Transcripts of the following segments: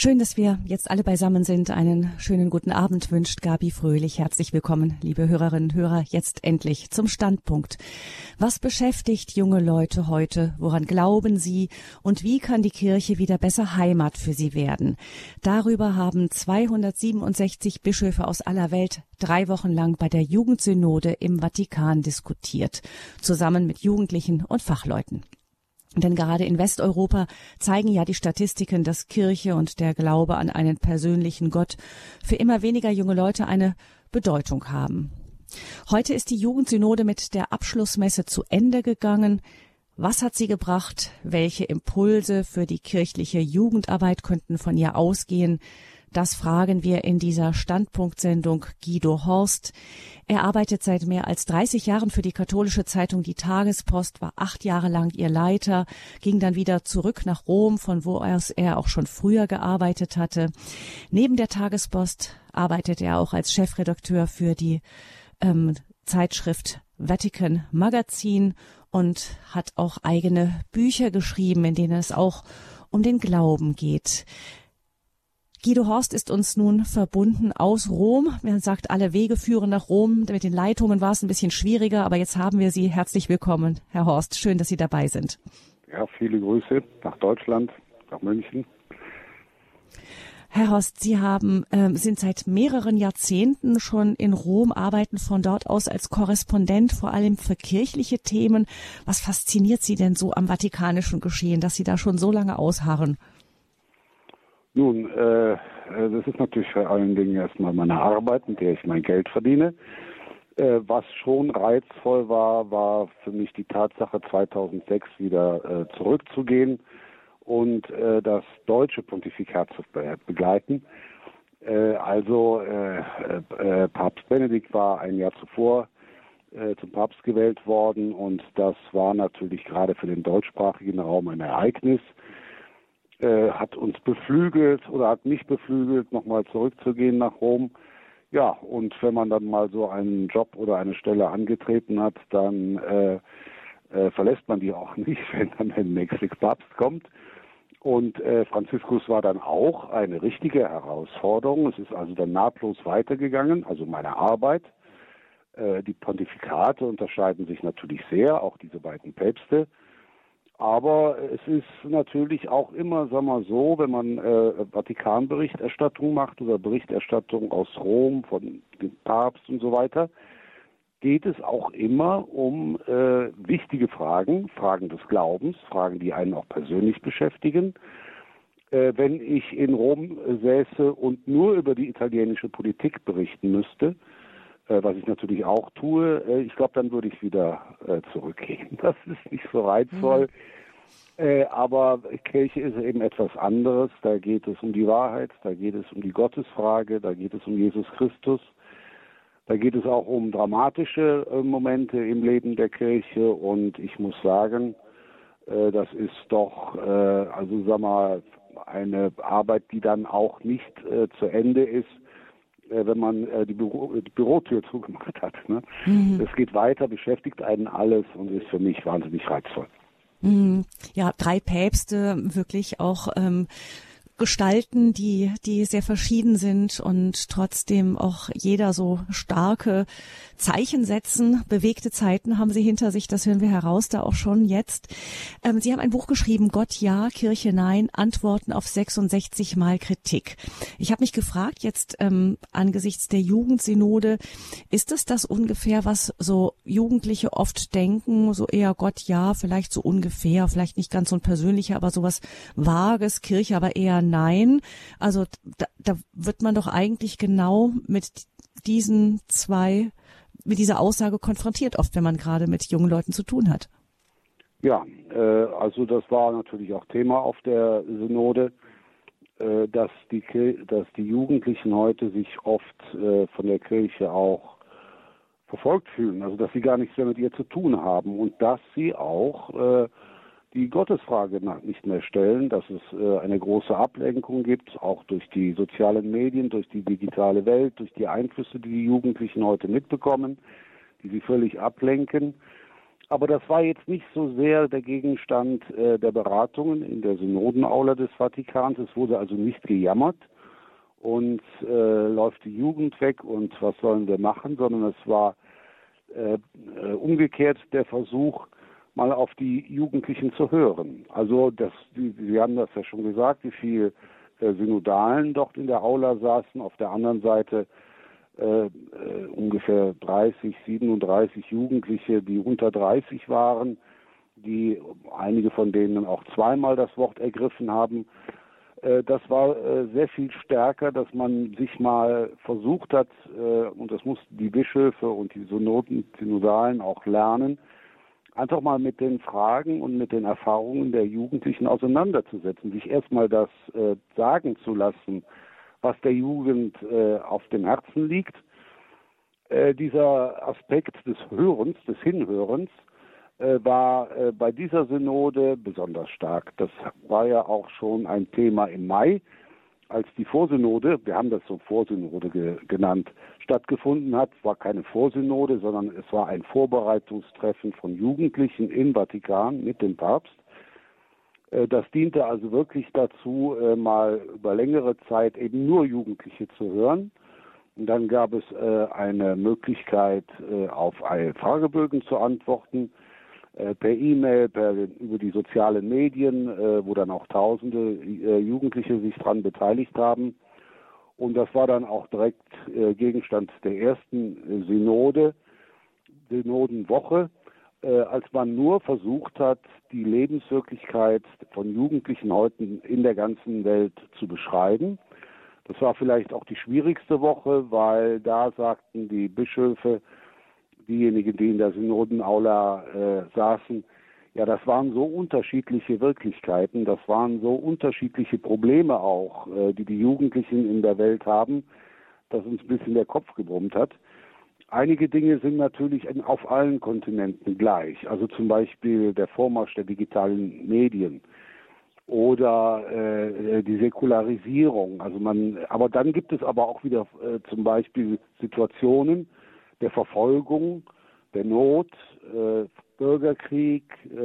Schön, dass wir jetzt alle beisammen sind. Einen schönen guten Abend wünscht Gabi Fröhlich. Herzlich willkommen, liebe Hörerinnen und Hörer, jetzt endlich zum Standpunkt. Was beschäftigt junge Leute heute? Woran glauben sie? Und wie kann die Kirche wieder besser Heimat für sie werden? Darüber haben 267 Bischöfe aus aller Welt 3 Wochen lang bei der Jugendsynode im Vatikan diskutiert, zusammen mit Jugendlichen und Fachleuten. Denn gerade in Westeuropa zeigen ja die Statistiken, dass Kirche und der Glaube an einen persönlichen Gott für immer weniger junge Leute eine Bedeutung haben. Heute ist die Jugendsynode mit der Abschlussmesse zu Ende gegangen. Was hat sie gebracht? Welche Impulse für die kirchliche Jugendarbeit könnten von ihr ausgehen? Das fragen wir in dieser Standpunktsendung Guido Horst. Er arbeitet seit mehr als 30 Jahren für die katholische Zeitung Die Tagespost, war 8 Jahre lang ihr Leiter, ging dann wieder zurück nach Rom, von wo aus er auch schon früher gearbeitet hatte. Neben der Tagespost arbeitet er auch als Chefredakteur für die Zeitschrift Vatican Magazin und hat auch eigene Bücher geschrieben, in denen es auch um den Glauben geht. Guido Horst ist uns nun verbunden aus Rom. Man sagt, alle Wege führen nach Rom. Mit den Leitungen war es ein bisschen schwieriger, aber jetzt haben wir Sie. Herzlich willkommen, Herr Horst. Schön, dass Sie dabei sind. Ja, viele Grüße nach Deutschland, nach München. Herr Horst, Sie sind seit mehreren Jahrzehnten schon in Rom, arbeiten von dort aus als Korrespondent, vor allem für kirchliche Themen. Was fasziniert Sie denn so am vatikanischen Geschehen, dass Sie da schon so lange ausharren? Nun, das ist natürlich vor allen Dingen erstmal meine Arbeit, mit der ich mein Geld verdiene. Was schon reizvoll war für mich die Tatsache, 2006 wieder zurückzugehen und das deutsche Pontifikat zu begleiten. Papst Benedikt war ein Jahr zuvor zum Papst gewählt worden und das war natürlich gerade für den deutschsprachigen Raum ein Ereignis. Hat uns beflügelt oder hat mich beflügelt, nochmal zurückzugehen nach Rom. Ja, und wenn man dann mal so einen Job oder eine Stelle angetreten hat, dann verlässt man die auch nicht, wenn dann der nächste Papst kommt. Und Franziskus war dann auch eine richtige Herausforderung. Es ist also dann nahtlos weitergegangen, also meine Arbeit. Die Pontifikate unterscheiden sich natürlich sehr, auch diese beiden Päpste. Aber es ist natürlich auch immer, sagen wir mal so, wenn man Vatikanberichterstattung macht oder Berichterstattung aus Rom von dem Papst und so weiter, geht es auch immer um wichtige Fragen des Glaubens, Fragen, die einen auch persönlich beschäftigen. Wenn ich in Rom säße und nur über die italienische Politik berichten müsste, was ich natürlich auch tue, ich glaube, dann würde ich wieder zurückgehen. Das ist nicht so reizvoll. Aber Kirche ist eben etwas anderes. Da geht es um die Wahrheit, da geht es um die Gottesfrage, da geht es um Jesus Christus. Da geht es auch um dramatische Momente im Leben der Kirche. Und ich muss sagen, das ist doch, eine Arbeit, die dann auch nicht zu Ende ist, wenn man die Bürotür zugemacht hat. Ne? Es geht weiter, beschäftigt einen alles und ist für mich wahnsinnig reizvoll. Ja, 3 Päpste, wirklich auch Gestalten, die sehr verschieden sind und trotzdem auch jeder so starke Zeichen setzen. Bewegte Zeiten haben Sie hinter sich, das hören wir heraus, da auch schon jetzt. Sie haben ein Buch geschrieben, Gott ja, Kirche nein, Antworten auf 66 Mal Kritik. Ich habe mich gefragt jetzt angesichts der Jugendsynode, ist es das ungefähr, was so Jugendliche oft denken, so eher Gott ja, vielleicht so ungefähr, vielleicht nicht ganz so ein persönlicher, aber sowas Vages, Kirche aber eher nein. Also da wird man doch eigentlich genau mit dieser Aussage konfrontiert, oft, wenn man gerade mit jungen Leuten zu tun hat. Ja, also das war natürlich auch Thema auf der Synode, dass die Jugendlichen heute sich oft von der Kirche auch verfolgt fühlen, also dass sie gar nichts mehr mit ihr zu tun haben und dass sie auch die Gottesfrage nicht mehr stellen, dass es eine große Ablenkung gibt, auch durch die sozialen Medien, durch die digitale Welt, durch die Einflüsse, die die Jugendlichen heute mitbekommen, die sie völlig ablenken. Aber das war jetzt nicht so sehr der Gegenstand der Beratungen in der Synodenaula des Vatikans. Es wurde also nicht gejammert und läuft die Jugend weg und was sollen wir machen, sondern es war umgekehrt der Versuch, mal auf die Jugendlichen zu hören. Also Sie haben das ja schon gesagt, wie viele Synodalen dort in der Aula saßen. Auf der anderen Seite ungefähr 30, 37 Jugendliche, die unter 30 waren, die einige von denen auch zweimal das Wort ergriffen haben. Das war sehr viel stärker, dass man sich mal versucht hat, und das mussten die Bischöfe und die Synodalen auch lernen, einfach mal mit den Fragen und mit den Erfahrungen der Jugendlichen auseinanderzusetzen, sich erstmal das sagen zu lassen, was der Jugend auf dem Herzen liegt. Dieser Aspekt des Hörens, des Hinhörens, war bei dieser Synode besonders stark. Das war ja auch schon ein Thema im Mai, als die Vorsynode, wir haben das so Vorsynode genannt, stattgefunden hat. Es war keine Vorsynode, sondern es war ein Vorbereitungstreffen von Jugendlichen im Vatikan mit dem Papst. Das diente also wirklich dazu, mal über längere Zeit eben nur Jugendliche zu hören. Und dann gab es eine Möglichkeit, auf Fragebögen zu antworten, per E-Mail, über die sozialen Medien, wo dann auch Tausende Jugendliche sich dran beteiligt haben. Und das war dann auch direkt Gegenstand der ersten Synodenwoche, als man nur versucht hat, die Lebenswirklichkeit von Jugendlichen heute in der ganzen Welt zu beschreiben. Das war vielleicht auch die schwierigste Woche, weil da sagten die Bischöfe, diejenigen, die in der Synodenaula saßen, ja, das waren so unterschiedliche Wirklichkeiten, das waren so unterschiedliche Probleme auch, die Jugendlichen in der Welt haben, dass uns ein bisschen der Kopf gebrummt hat. Einige Dinge sind natürlich auf allen Kontinenten gleich, also zum Beispiel der Vormarsch der digitalen Medien oder die Säkularisierung. Aber dann gibt es aber auch wieder zum Beispiel Situationen der Verfolgung, der Not, Bürgerkrieg,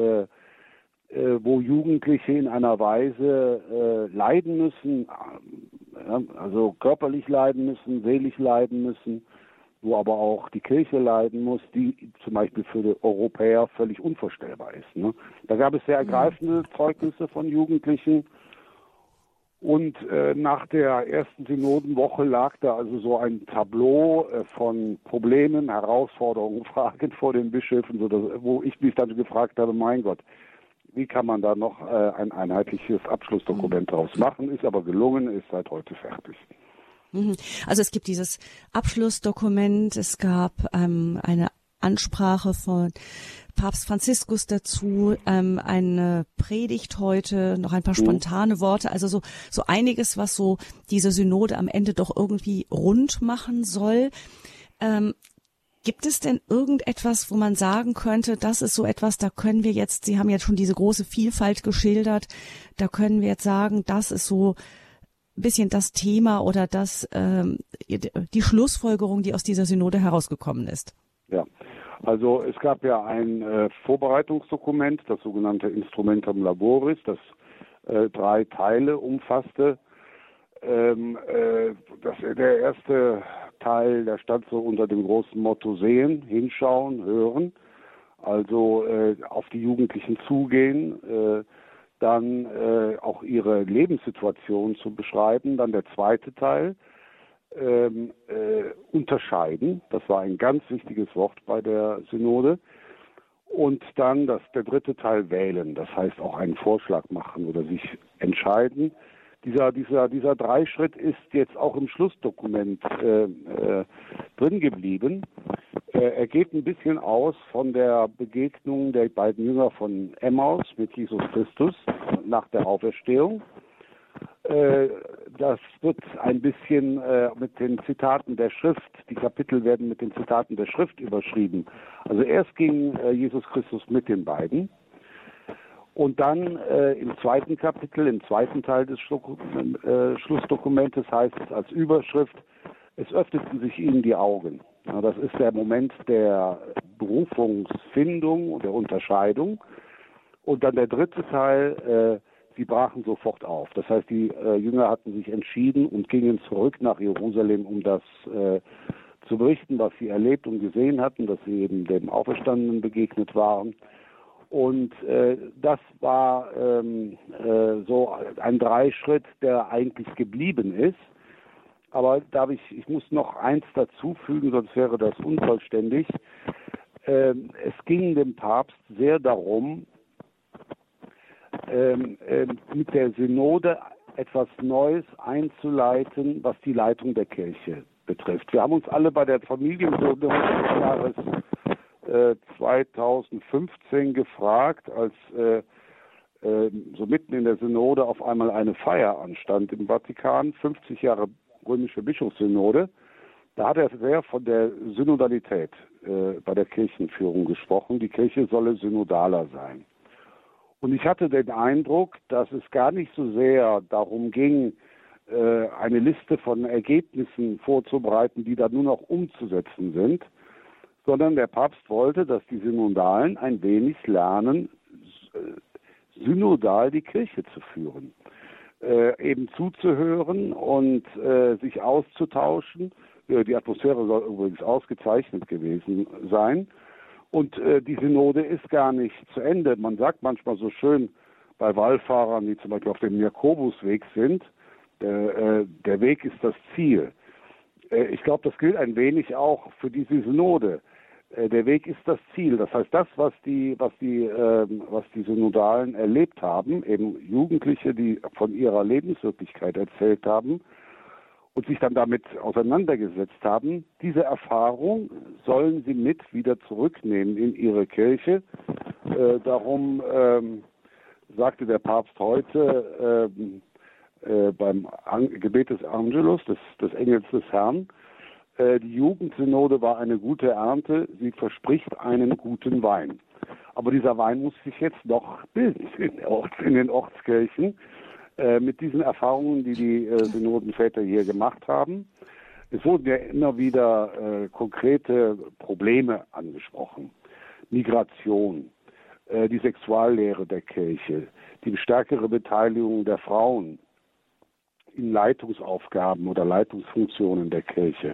wo Jugendliche in einer Weise leiden müssen, also körperlich leiden müssen, seelisch leiden müssen, wo aber auch die Kirche leiden muss, die zum Beispiel für die Europäer völlig unvorstellbar ist. Ne? Da gab es sehr ergreifende Zeugnisse von Jugendlichen. Und nach der ersten Synodenwoche lag da also so ein Tableau von Problemen, Herausforderungen, Fragen vor den Bischöfen, wo ich mich dann gefragt habe, mein Gott, wie kann man da noch ein einheitliches Abschlussdokument daraus machen? Ist aber gelungen, ist seit heute fertig. Also es gibt dieses Abschlussdokument, es gab eine Ansprache von Papst Franziskus dazu, eine Predigt heute, noch ein paar spontane Worte, also so einiges, was so diese Synode am Ende doch irgendwie rund machen soll. Gibt es denn irgendetwas, wo man sagen könnte, das ist so etwas, da können wir jetzt, Sie haben jetzt schon diese große Vielfalt geschildert, da können wir jetzt sagen, das ist so ein bisschen das Thema oder die Schlussfolgerung, die aus dieser Synode herausgekommen ist? Ja, also es gab ja ein Vorbereitungsdokument, das sogenannte Instrumentum Laboris, das 3 Teile umfasste. Der erste Teil, der stand so unter dem großen Motto Sehen, Hinschauen, Hören, also auf die Jugendlichen zugehen, dann auch ihre Lebenssituation zu beschreiben. Dann der zweite Teil, unterscheiden, das war ein ganz wichtiges Wort bei der Synode. Und dann der dritte Teil wählen, das heißt auch einen Vorschlag machen oder sich entscheiden. Dieser Dreischritt ist jetzt auch im Schlussdokument drin geblieben. Er geht ein bisschen aus von der Begegnung der beiden Jünger von Emmaus mit Jesus Christus nach der Auferstehung. Das wird ein bisschen mit den Zitaten der Schrift, die Kapitel werden mit den Zitaten der Schrift überschrieben. Also erst ging Jesus Christus mit den beiden und dann im zweiten Kapitel, im zweiten Teil des Schlussdokumentes heißt es als Überschrift, es öffneten sich ihnen die Augen. Ja, das ist der Moment der Berufungsfindung und der Unterscheidung. Und dann der dritte Teil, sie brachen sofort auf. Das heißt, die Jünger hatten sich entschieden und gingen zurück nach Jerusalem, um das zu berichten, was sie erlebt und gesehen hatten, dass sie eben dem Auferstandenen begegnet waren. Und das war so ein Dreischritt, der eigentlich geblieben ist. Aber ich muss noch eins dazu fügen, sonst wäre das unvollständig. Es ging dem Papst sehr darum, mit der Synode etwas Neues einzuleiten, was die Leitung der Kirche betrifft. Wir haben uns alle bei der Familiensynode des Jahres 2015 gefragt, als so mitten in der Synode auf einmal eine Feier anstand im Vatikan, 50 Jahre römische Bischofssynode. Da hat er sehr von der Synodalität bei der Kirchenführung gesprochen. Die Kirche solle synodaler sein. Und ich hatte den Eindruck, dass es gar nicht so sehr darum ging, eine Liste von Ergebnissen vorzubereiten, die dann nur noch umzusetzen sind, sondern der Papst wollte, dass die Synodalen ein wenig lernen, synodal die Kirche zu führen, eben zuzuhören und sich auszutauschen. Die Atmosphäre soll übrigens ausgezeichnet gewesen sein. Und die Synode ist gar nicht zu Ende. Man sagt manchmal so schön bei Wallfahrern, die zum Beispiel auf dem Jakobusweg sind, der Weg ist das Ziel. Ich glaube, das gilt ein wenig auch für diese Synode. Der Weg ist das Ziel. Das heißt, das, was die Synodalen erlebt haben, eben Jugendliche, die von ihrer Lebenswirklichkeit erzählt haben und sich dann damit auseinandergesetzt haben, diese Erfahrung sollen sie mit wieder zurücknehmen in ihre Kirche. Darum sagte der Papst heute beim Gebet des Angelus, des Engels des Herrn, die Jugendsynode war eine gute Ernte, sie verspricht einen guten Wein. Aber dieser Wein muss sich jetzt noch bilden in den Ortskirchen mit diesen Erfahrungen, die die Synodenväter hier gemacht haben. Es wurden ja immer wieder konkrete Probleme angesprochen. Migration, die Sexuallehre der Kirche, die stärkere Beteiligung der Frauen in Leitungsaufgaben oder Leitungsfunktionen der Kirche.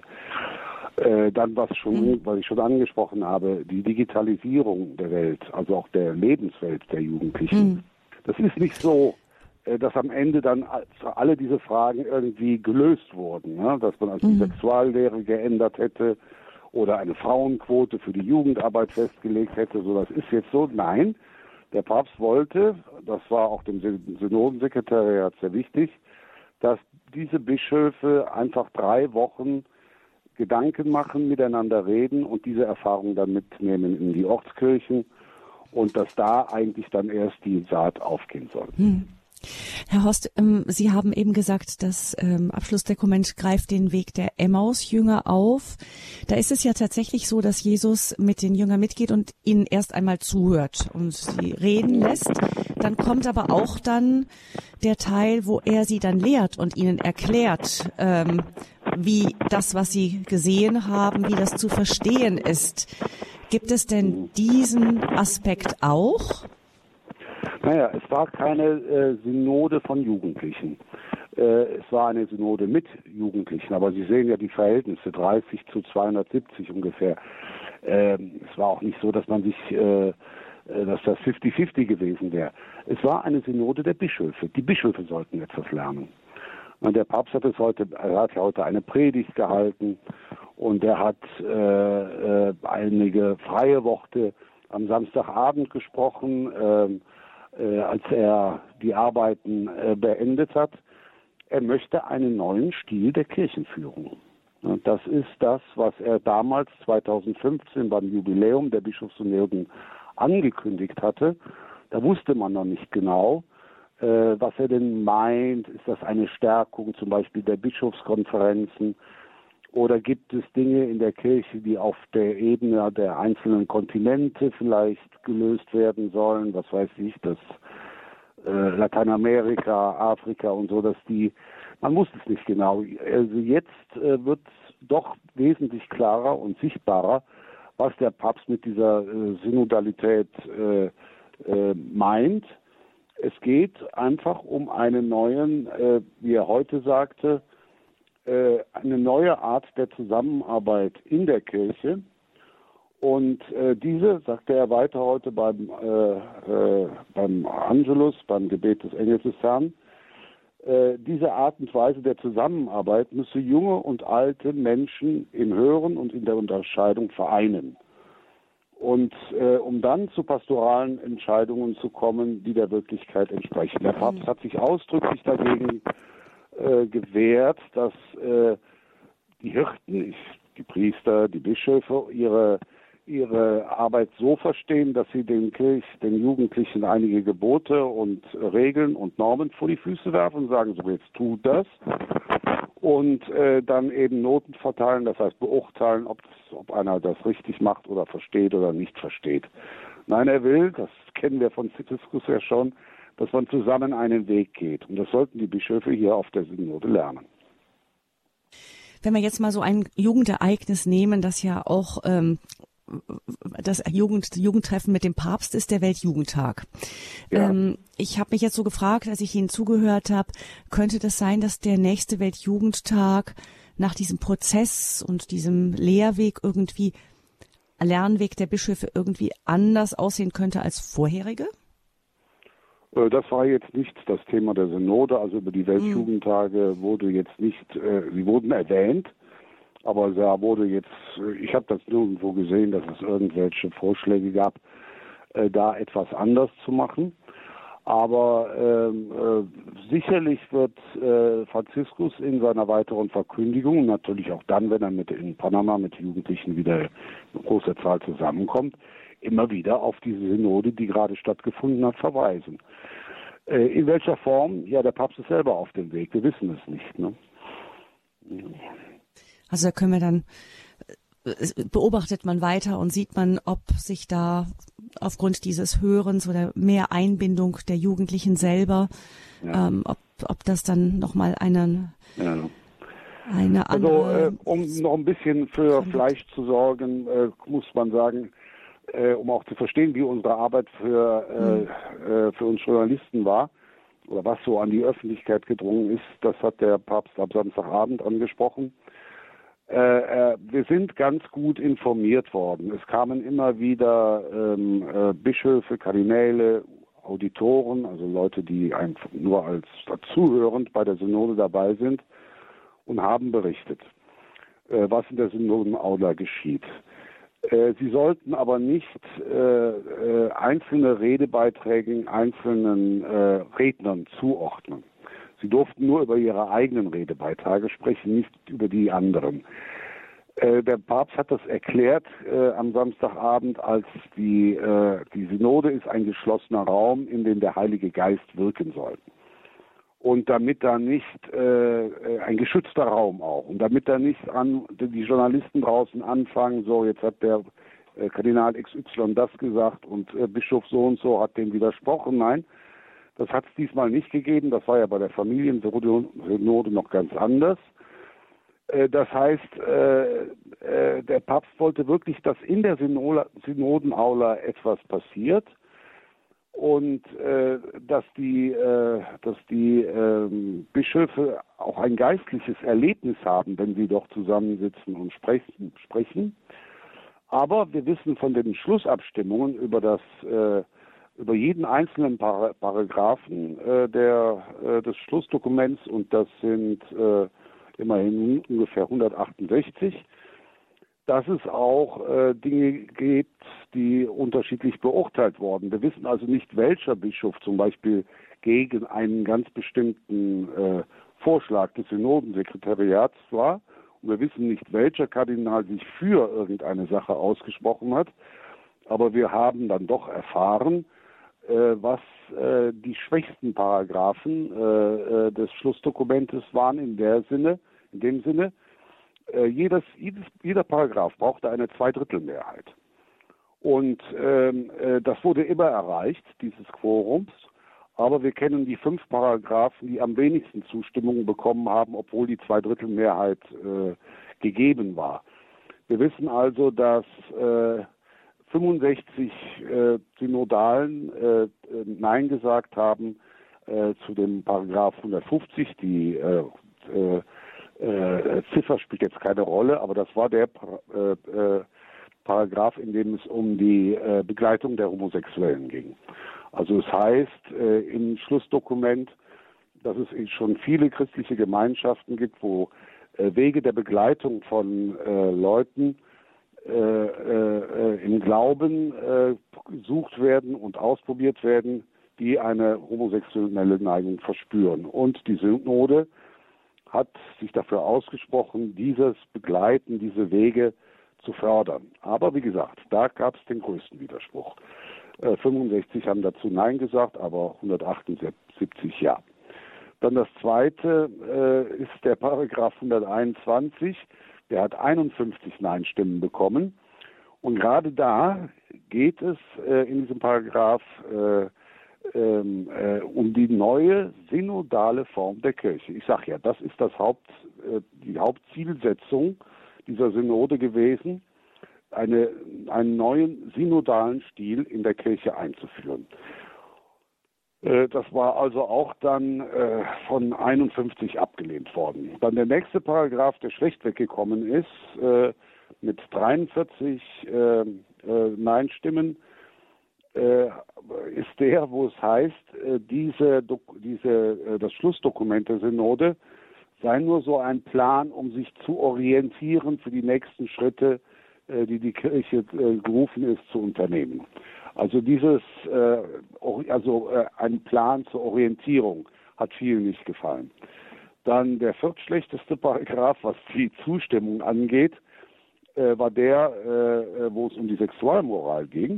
Dann was ich schon angesprochen habe, die Digitalisierung der Welt, also auch der Lebenswelt der Jugendlichen. Das ist nicht so, dass am Ende dann alle diese Fragen irgendwie gelöst wurden, ne? Dass man also die Sexuallehre geändert hätte oder eine Frauenquote für die Jugendarbeit festgelegt hätte. So, das ist jetzt so. Nein, der Papst wollte, das war auch dem Synodensekretariat sehr wichtig, dass diese Bischöfe einfach 3 Wochen Gedanken machen, miteinander reden und diese Erfahrung dann mitnehmen in die Ortskirchen und dass da eigentlich dann erst die Saat aufgehen soll. Herr Horst, Sie haben eben gesagt, das Abschlussdokument greift den Weg der Emmaus-Jünger auf. Da ist es ja tatsächlich so, dass Jesus mit den Jüngern mitgeht und ihnen erst einmal zuhört und sie reden lässt. Dann kommt aber auch dann der Teil, wo er sie dann lehrt und ihnen erklärt, wie das, was sie gesehen haben, wie das zu verstehen ist. Gibt es denn diesen Aspekt auch? Naja, es war keine Synode von Jugendlichen. Es war eine Synode mit Jugendlichen, aber Sie sehen ja die Verhältnisse, 30 zu 270 ungefähr. Es war auch nicht so, dass man sich, dass das 50-50 gewesen wäre. Es war eine Synode der Bischöfe. Die Bischöfe sollten etwas lernen. Und der Papst hat ja heute eine Predigt gehalten und er hat einige freie Worte am Samstagabend gesprochen, als er die Arbeiten beendet hat. Er möchte einen neuen Stil der Kirchenführung. Und das ist das, was er damals 2015 beim Jubiläum der Bischofssynoden angekündigt hatte. Da wusste man noch nicht genau, was er denn meint. Ist das eine Stärkung zum Beispiel der Bischofskonferenzen? Oder gibt es Dinge in der Kirche, die auf der Ebene der einzelnen Kontinente vielleicht gelöst werden sollen? Was weiß ich, das Lateinamerika, Afrika und so, man wusste es nicht genau. Also jetzt wird doch wesentlich klarer und sichtbarer, was der Papst mit dieser Synodalität meint. Es geht einfach um einen neuen, wie er heute sagte, eine neue Art der Zusammenarbeit in der Kirche. Und diese, sagte er weiter heute beim Angelus, beim Gebet des Engels des Herrn, diese Art und Weise der Zusammenarbeit müsse junge und alte Menschen im Hören und in der Unterscheidung vereinen. Und um dann zu pastoralen Entscheidungen zu kommen, die der Wirklichkeit entsprechen. Der Papst hat sich ausdrücklich dagegen gewährt, dass die Hirten, die Priester, die Bischöfe ihre Arbeit so verstehen, dass sie den Jugendlichen einige Gebote und Regeln und Normen vor die Füße werfen und sagen, so jetzt tut das. Und dann eben Noten verteilen, das heißt beurteilen, ob einer das richtig macht oder versteht oder nicht versteht. Nein, er will, das kennen wir von Franziskus ja schon, dass man zusammen einen Weg geht. Und das sollten die Bischöfe hier auf der Synode lernen. Wenn wir jetzt mal so ein Jugendereignis nehmen, das ja auch das Jugendtreffen mit dem Papst ist, der Weltjugendtag. Ja. Ich habe mich jetzt so gefragt, als ich Ihnen zugehört habe, könnte das sein, dass der nächste Weltjugendtag nach diesem Prozess und diesem Lernweg der Bischöfe irgendwie anders aussehen könnte als vorherige? Das war jetzt nicht das Thema der Synode, also über die Weltjugendtage wurde jetzt nicht, sie wurden erwähnt, aber da wurde jetzt, ich habe das nirgendwo gesehen, dass es irgendwelche Vorschläge gab, da etwas anders zu machen. Aber sicherlich wird Franziskus in seiner weiteren Verkündigung, natürlich auch dann, wenn er in Panama mit Jugendlichen wieder in großer Zahl zusammenkommt, immer wieder auf diese Synode, die gerade stattgefunden hat, verweisen. In welcher Form? Ja, der Papst ist selber auf dem Weg. Wir wissen es nicht. Ne? Also da können wir dann, beobachtet man weiter und sieht man, ob sich da aufgrund dieses Hörens oder mehr Einbindung der Jugendlichen selber, ob das dann nochmal eine andere... um noch ein bisschen für Fleisch zu sorgen, muss man sagen, um auch zu verstehen, wie unsere Arbeit für uns Journalisten war oder was so an die Öffentlichkeit gedrungen ist, das hat der Papst am Samstagabend angesprochen. Wir sind ganz gut informiert worden. Es kamen immer wieder Bischöfe, Kardinäle, Auditoren, also Leute, die einfach nur als zuhörend bei der Synode dabei sind und haben berichtet, was in der Synodenaula geschieht. Sie sollten aber nicht einzelne Redebeiträge einzelnen Rednern zuordnen. Sie durften nur über ihre eigenen Redebeiträge sprechen, nicht über die anderen. Der Papst hat das erklärt am Samstagabend, als die Synode ist ein geschlossener Raum, in dem der Heilige Geist wirken soll. Und damit da nicht ein geschützter Raum auch, und damit da nicht die Journalisten draußen anfangen, so jetzt hat der Kardinal XY das gesagt und Bischof so und so hat dem widersprochen. Nein, das hat es diesmal nicht gegeben. Das war ja bei der Familiensynode noch ganz anders. Das heißt, der Papst wollte wirklich, dass in der Synodenaula etwas passiert und dass die Bischöfe auch ein geistliches Erlebnis haben, wenn sie doch zusammensitzen und sprechen. Aber wir wissen von den Schlussabstimmungen über jeden einzelnen Paragraphen des Schlussdokuments, und das sind immerhin ungefähr 168, dass es auch Dinge gibt, die unterschiedlich beurteilt wurden. Wir wissen also nicht, welcher Bischof zum Beispiel gegen einen ganz bestimmten Vorschlag des Synodensekretariats war. Und wir wissen nicht, welcher Kardinal sich für irgendeine Sache ausgesprochen hat. Aber wir haben dann doch erfahren, was die schwächsten Paragraphen des Schlussdokumentes waren in dem Sinne, jeder Paragraph brauchte eine Zweidrittelmehrheit. Und das wurde immer erreicht, dieses Quorums. Aber wir kennen die 5 Paragraphen, die am wenigsten Zustimmung bekommen haben, obwohl die Zweidrittelmehrheit gegeben war. Wir wissen also, dass 65 Synodalen Nein gesagt haben zu dem Paragraph 150. Die Ziffer spielt jetzt keine Rolle, aber das war der Paragraph, in dem es um die Begleitung der Homosexuellen ging. Also es heißt im Schlussdokument, dass es schon viele christliche Gemeinschaften gibt, wo Wege der Begleitung von Leuten im Glauben gesucht werden und ausprobiert werden, die eine homosexuelle Neigung verspüren. Und die Synode hat sich dafür ausgesprochen, dieses Begleiten, diese Wege zu fördern. Aber wie gesagt, da gab es den größten Widerspruch. 65 haben dazu Nein gesagt, aber 178 ja. Dann das zweite ist der Paragraph 121. Der hat 51 Nein-Stimmen bekommen. Und gerade da geht es in diesem Paragraph um die neue synodale Form der Kirche. Ich sage ja, das ist die Hauptzielsetzung dieser Synode gewesen, einen neuen synodalen Stil in der Kirche einzuführen. Das war also auch dann von 51 abgelehnt worden. Dann der nächste Paragraph, der schlecht weggekommen ist, mit 43 Nein-Stimmen, ist der, wo es heißt, das Schlussdokument der Synode sei nur so ein Plan, um sich zu orientieren für die nächsten Schritte, die Kirche gerufen ist zu unternehmen. Also ein Plan zur Orientierung hat vielen nicht gefallen. Dann der viertschlechteste Paragraph, was die Zustimmung angeht, war der, wo es um die Sexualmoral ging.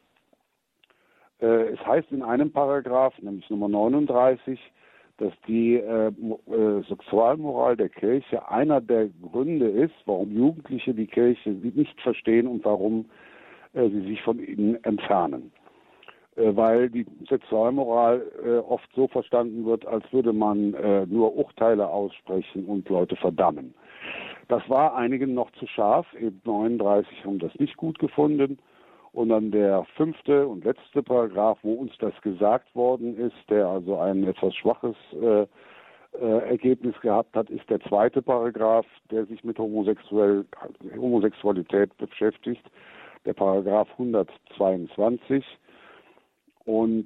Es heißt in einem Paragraph, nämlich Nummer 39, dass die Sexualmoral der Kirche einer der Gründe ist, warum Jugendliche die Kirche nicht verstehen und warum sie sich von ihnen entfernen. Weil die Sexualmoral oft so verstanden wird, als würde man nur Urteile aussprechen und Leute verdammen. Das war einigen noch zu scharf, eben 39 haben das nicht gut gefunden. Und dann der fünfte und letzte Paragraph, wo uns das gesagt worden ist, der also ein etwas schwaches Ergebnis gehabt hat, ist der zweite Paragraph, der sich mit Homosexualität beschäftigt, der Paragraph 122. Und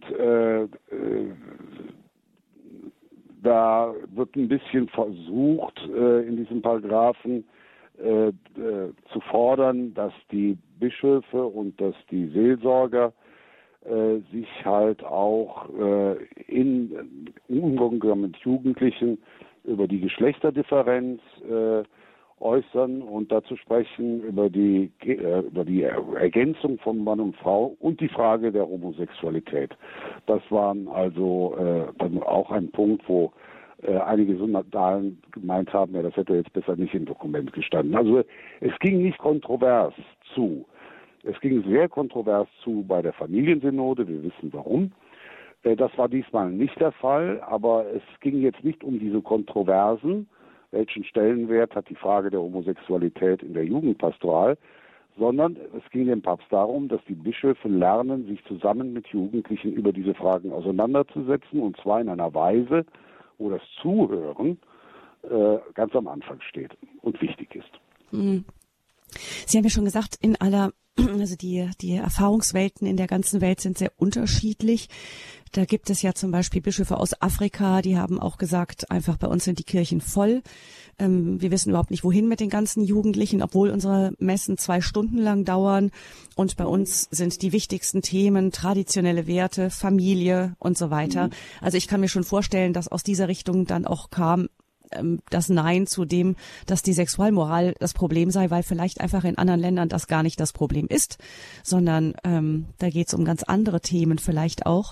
da wird ein bisschen versucht, in diesem Paragraphen zu fordern, dass die Bischöfe und dass die Seelsorger sich halt auch im Umgang mit Jugendlichen über die Geschlechterdifferenz äußern und dazu sprechen über die Ergänzung von Mann und Frau und die Frage der Homosexualität. Das waren also dann auch ein Punkt, wo einige Synodalen gemeint haben, ja, das hätte jetzt besser nicht im Dokument gestanden. Also es ging nicht kontrovers zu. Es ging sehr kontrovers zu bei der Familiensynode, wir wissen warum. Das war diesmal nicht der Fall, aber es ging jetzt nicht um diese Kontroversen, welchen Stellenwert hat die Frage der Homosexualität in der Jugendpastoral, sondern es ging dem Papst darum, dass die Bischöfe lernen, sich zusammen mit Jugendlichen über diese Fragen auseinanderzusetzen, und zwar in einer Weise, wo das Zuhören ganz am Anfang steht und wichtig ist. Sie haben ja schon gesagt, also die Erfahrungswelten in der ganzen Welt sind sehr unterschiedlich. Da gibt es ja zum Beispiel Bischöfe aus Afrika, die haben auch gesagt, einfach bei uns sind die Kirchen voll. Wir wissen überhaupt nicht, wohin mit den ganzen Jugendlichen, obwohl unsere Messen 2 Stunden lang dauern. Und bei uns sind die wichtigsten Themen traditionelle Werte, Familie und so weiter. Also ich kann mir schon vorstellen, dass aus dieser Richtung dann auch kam, das Nein zu dem, dass die Sexualmoral das Problem sei, weil vielleicht einfach in anderen Ländern das gar nicht das Problem ist, sondern da geht es um ganz andere Themen vielleicht auch.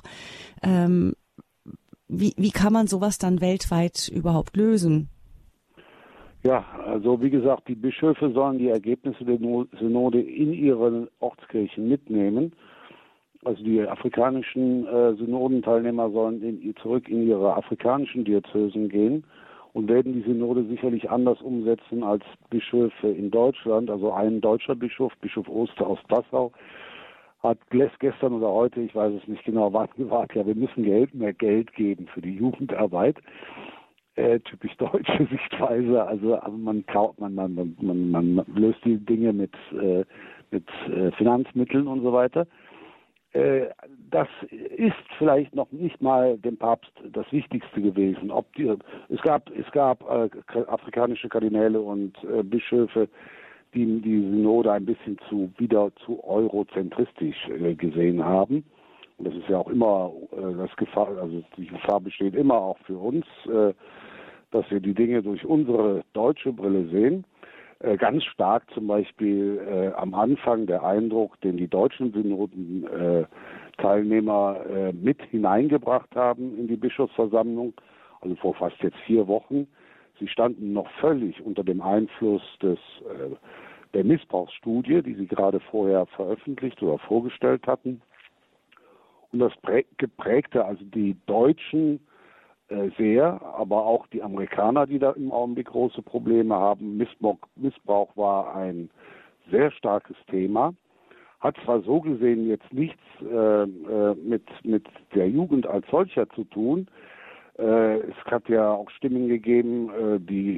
Wie kann man sowas dann weltweit überhaupt lösen? Ja, also wie gesagt, die Bischöfe sollen die Ergebnisse der Synode in ihren Ortskirchen mitnehmen. Also die afrikanischen Synodenteilnehmer sollen zurück in ihre afrikanischen Diözesen gehen und werden die Synode sicherlich anders umsetzen als Bischöfe in Deutschland. Also ein deutscher Bischof, Bischof Oster aus Passau, hat gestern oder heute, ich weiß es nicht genau, gesagt, ja, wir müssen mehr Geld geben für die Jugendarbeit. Typisch deutsche Sichtweise. Also man löst die Dinge mit Finanzmitteln und so weiter. Das ist vielleicht noch nicht mal dem Papst das Wichtigste gewesen. Es gab afrikanische Kardinäle und Bischöfe, die Synode ein bisschen wieder zu eurozentristisch gesehen haben. Und das ist ja auch immer die Gefahr besteht immer auch für uns, dass wir die Dinge durch unsere deutsche Brille sehen. Ganz stark zum Beispiel am Anfang der Eindruck, den die deutschen Synoden-Teilnehmer mit hineingebracht haben in die Bischofsversammlung, also vor fast jetzt 4 Wochen. Sie standen noch völlig unter dem Einfluss der Missbrauchsstudie, die sie gerade vorher veröffentlicht oder vorgestellt hatten. Und das geprägte also die Deutschen sehr, aber auch die Amerikaner, die da im Augenblick große Probleme haben. Missbrauch war ein sehr starkes Thema. Hat zwar so gesehen jetzt nichts mit der Jugend als solcher zu tun. Es hat ja auch Stimmen gegeben, die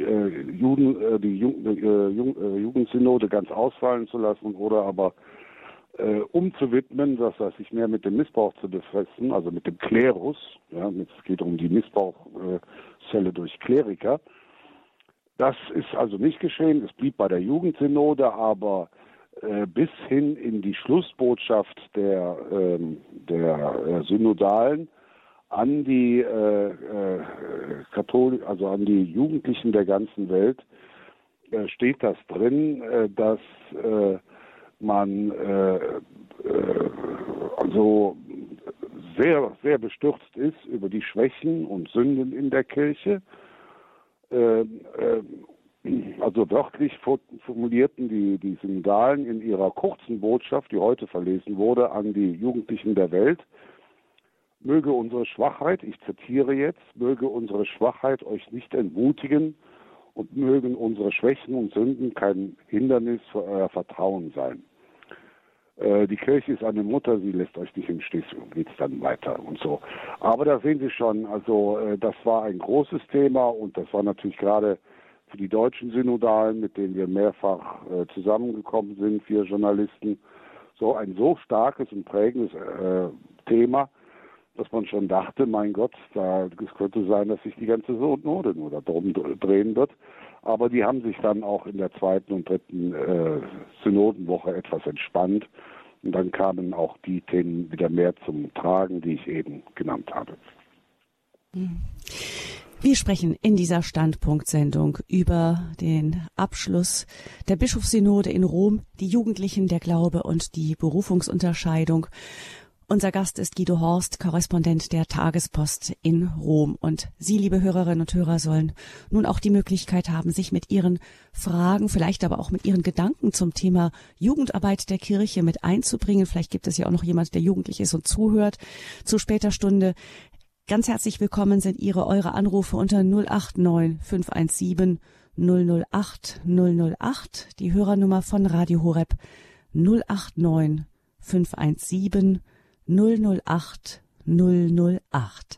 Jugendsynode ganz ausfallen zu lassen oder aber umzuwidmen, sich mehr mit dem Missbrauch zu befassen, also mit dem Klerus. Ja, es geht um die Missbrauchsfälle durch Kleriker. Das ist also nicht geschehen. Es blieb bei der Jugendsynode, aber bis hin in die Schlussbotschaft der Synodalen an die an die Jugendlichen der ganzen Welt steht das drin, dass man also sehr, sehr bestürzt ist über die Schwächen und Sünden in der Kirche. Also wörtlich formulierten die Synodalen in ihrer kurzen Botschaft, die heute verlesen wurde, an die Jugendlichen der Welt: Möge unsere Schwachheit, ich zitiere jetzt, möge unsere Schwachheit euch nicht entmutigen und mögen unsere Schwächen und Sünden kein Hindernis für euer Vertrauen sein. Die Kirche ist eine Mutter, sie lässt euch nicht im Stich, und geht es dann weiter und so. Aber da sehen Sie schon, also das war ein großes Thema und das war natürlich gerade für die deutschen Synodalen, mit denen wir mehrfach zusammengekommen sind, 4 Journalisten, ein so starkes und prägendes Thema, dass man schon dachte, mein Gott, es könnte sein, dass sich die ganze Synode nur darum drehen wird. Aber die haben sich dann auch in der 2. und 3. Synodenwoche etwas entspannt. Und dann kamen auch die Themen wieder mehr zum Tragen, die ich eben genannt habe. Wir sprechen in dieser Standpunktsendung über den Abschluss der Bischofssynode in Rom, die Jugendlichen, der Glaube und die Berufungsunterscheidung. Unser Gast ist Guido Horst, Korrespondent der Tagespost in Rom. Und Sie, liebe Hörerinnen und Hörer, sollen nun auch die Möglichkeit haben, sich mit Ihren Fragen, vielleicht aber auch mit Ihren Gedanken zum Thema Jugendarbeit der Kirche mit einzubringen. Vielleicht gibt es ja auch noch jemand, der jugendlich ist und zuhört zu später Stunde. Ganz herzlich willkommen sind eure Anrufe unter 089 517 008 008, die Hörernummer von Radio Horeb 089 517 008 008.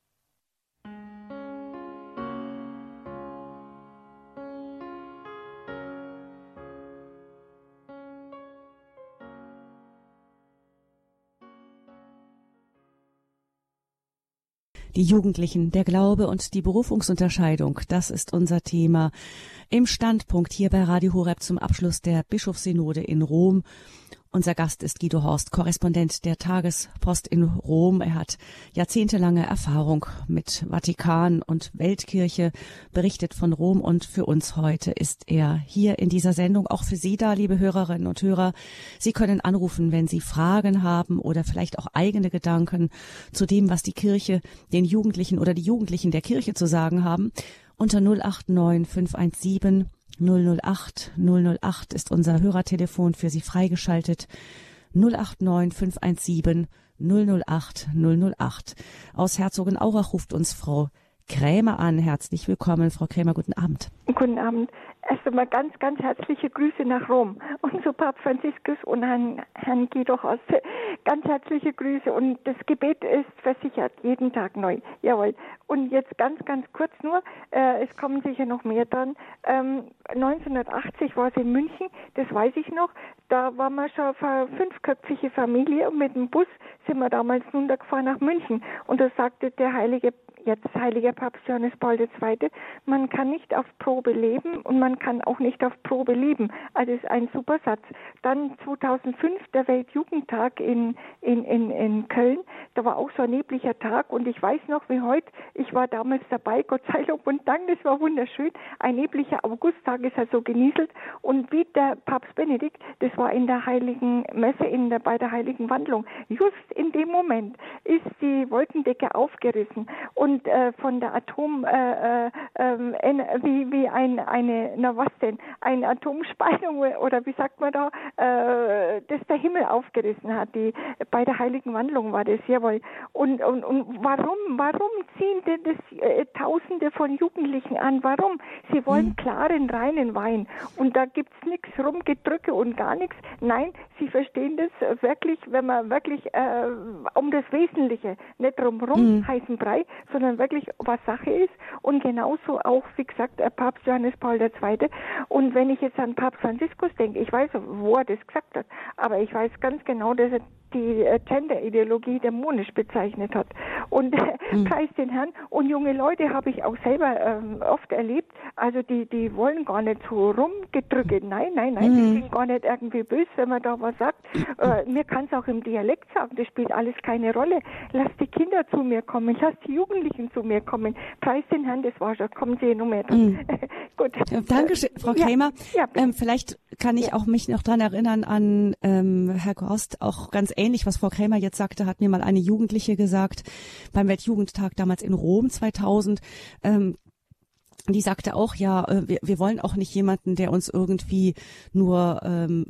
Die Jugendlichen, der Glaube und die Berufungsunterscheidung, das ist unser Thema im Standpunkt hier bei Radio Horeb zum Abschluss der Bischofssynode in Rom. Unser Gast ist Guido Horst, Korrespondent der Tagespost in Rom. Er hat jahrzehntelange Erfahrung mit Vatikan und Weltkirche, berichtet von Rom, und für uns heute ist er hier in dieser Sendung, auch für Sie da, liebe Hörerinnen und Hörer. Sie können anrufen, wenn Sie Fragen haben oder vielleicht auch eigene Gedanken zu dem, was die Kirche den Jugendlichen oder die Jugendlichen der Kirche zu sagen haben. Unter 089 517 008 008 ist unser Hörertelefon für Sie freigeschaltet. 089 517 008 008. Aus Herzogenaurach ruft uns Frau Krämer an. Herzlich willkommen, Frau Krämer, guten Abend. Guten Abend. Erst einmal ganz, ganz herzliche Grüße nach Rom und zu Papst Franziskus und Herrn Guido Hoste. Ganz herzliche Grüße und das Gebet ist versichert, jeden Tag neu. Jawohl. Und jetzt ganz, ganz kurz nur, es kommen sicher noch mehr dran. 1980 war es in München, das weiß ich noch. Da waren wir schon eine 5-köpfige Familie und mit dem Bus sind wir damals runtergefahren nach München. Und da sagte der heiliger Papst Johannes Paul II., man kann nicht auf Probe leben und man kann auch nicht auf Probe lieben. Also ist ein super Satz. Dann 2005 der Weltjugendtag in Köln. Da war auch so ein nebliger Tag und ich weiß noch wie heute, ich war damals dabei, Gott sei Lob und Dank, das war wunderschön. Ein nebliger Augusttag ist so genieselt und wie der Papst Benedikt, das war in der Heiligen Messe, bei der Heiligen Wandlung. Just in dem Moment ist die Wolkendecke aufgerissen und von der eine Atomspaltung oder wie sagt man da, das der Himmel aufgerissen hat. Bei der Heiligen Wandlung war das, jawohl. Und warum ziehen denn das Tausende von Jugendlichen an? Warum? Sie wollen klaren, reinen Wein. Und da gibt's nichts Rumgedrücke und gar nichts. Nein, sie verstehen das wirklich, wenn man wirklich um das Wesentliche, nicht drumherum heißen Brei, sondern wirklich was Sache ist. Und genauso auch, wie gesagt, Papst Johannes Paul II. Und wenn ich jetzt an Papst Franziskus denke, ich weiß, wo er das gesagt hat, aber ich weiß ganz genau, dass er die Gender-Ideologie dämonisch bezeichnet hat. Und preis den Herrn. Und junge Leute habe ich auch selber oft erlebt, also die wollen gar nicht so rumgedrückt. Nein, die sind gar nicht irgendwie böse, wenn man da was sagt. Mir kann es auch im Dialekt sagen, das spielt alles keine Rolle. Lass die Kinder zu mir kommen, lass die Jugendlichen zu mir kommen. Preis den Herrn, das war schon. Kommen Sie noch mehr dran. Gut. Dankeschön, Frau Krämer. Ja, vielleicht kann ich auch mich noch daran erinnern an Herr Gorst, auch ganz ähnlich, was Frau Krämer jetzt sagte, hat mir mal eine Jugendliche gesagt, beim Weltjugendtag damals in Rom 2000, die sagte auch, ja, wir wollen auch nicht jemanden, der uns irgendwie nur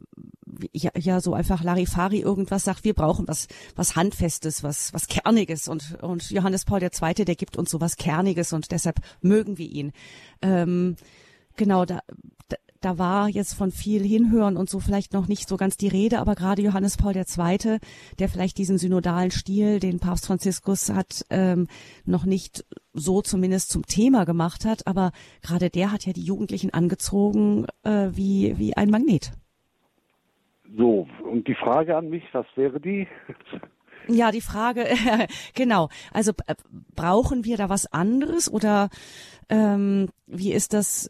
so einfach Larifari irgendwas sagt. Wir brauchen was Handfestes, was Kerniges und Johannes Paul II., der gibt uns so was Kerniges und deshalb mögen wir ihn. Genau, da war jetzt von viel Hinhören und so vielleicht noch nicht so ganz die Rede, aber gerade Johannes Paul II., der vielleicht diesen synodalen Stil, den Papst Franziskus hat, noch nicht so zumindest zum Thema gemacht hat, aber gerade der hat ja die Jugendlichen angezogen wie ein Magnet. So, und die Frage an mich, was wäre die? Ja, die Frage, genau. Also brauchen wir da was anderes oder wie ist das,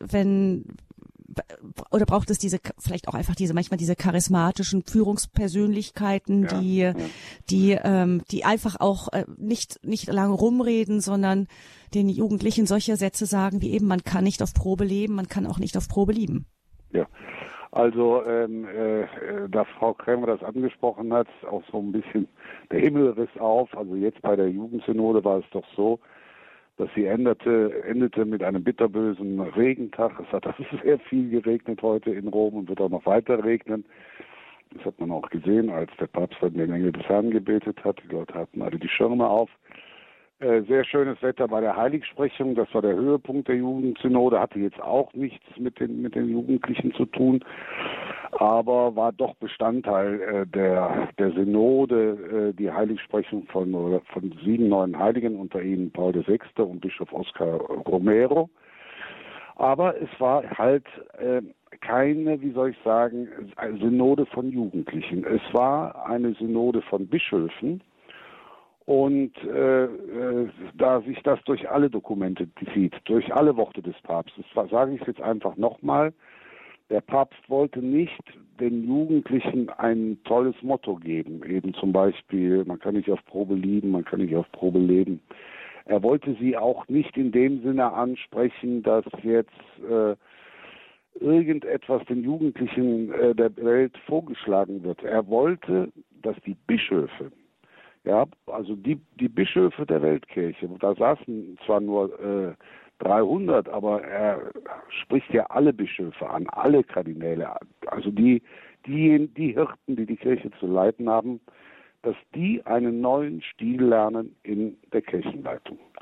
oder braucht es vielleicht auch einfach manchmal diese charismatischen Führungspersönlichkeiten, die einfach auch nicht lange rumreden, sondern den Jugendlichen solche Sätze sagen wie eben, man kann nicht auf Probe leben, man kann auch nicht auf Probe lieben. Ja. Also, da Frau Krämer das angesprochen hat, auch so ein bisschen der Himmel riss auf. Also jetzt bei der Jugendsynode war es doch so, dass sie endete mit einem bitterbösen Regentag. Es hat sehr viel geregnet heute in Rom und wird auch noch weiter regnen. Das hat man auch gesehen, als der Papst dann den Engel des Herrn gebetet hat. Die Leute hatten alle die Schirme auf. Sehr schönes Wetter bei der Heiligsprechung. Das war der Höhepunkt der Jugendsynode. Hatte jetzt auch nichts mit den Jugendlichen zu tun, aber war doch Bestandteil der Synode, die Heiligsprechung von 7 neuen Heiligen, unter ihnen Paul VI. Und Bischof Oscar Romero. Aber es war halt keine, wie soll ich sagen, Synode von Jugendlichen. Es war eine Synode von Bischöfen. Und da sich das durch alle Dokumente zieht, durch alle Worte des Papstes, sage ich es jetzt einfach nochmal, der Papst wollte nicht den Jugendlichen ein tolles Motto geben, eben zum Beispiel, man kann nicht auf Probe lieben, man kann nicht auf Probe leben. Er wollte sie auch nicht in dem Sinne ansprechen, dass jetzt irgendetwas den Jugendlichen der Welt vorgeschlagen wird. Er wollte, dass die Bischöfe, ja, also die Bischöfe der Weltkirche, da saßen zwar nur 300, aber er spricht ja alle Bischöfe an, alle Kardinäle an, also die Hirten, die Kirche zu leiten haben, dass die einen neuen Stil lernen in der Kirchenleitung.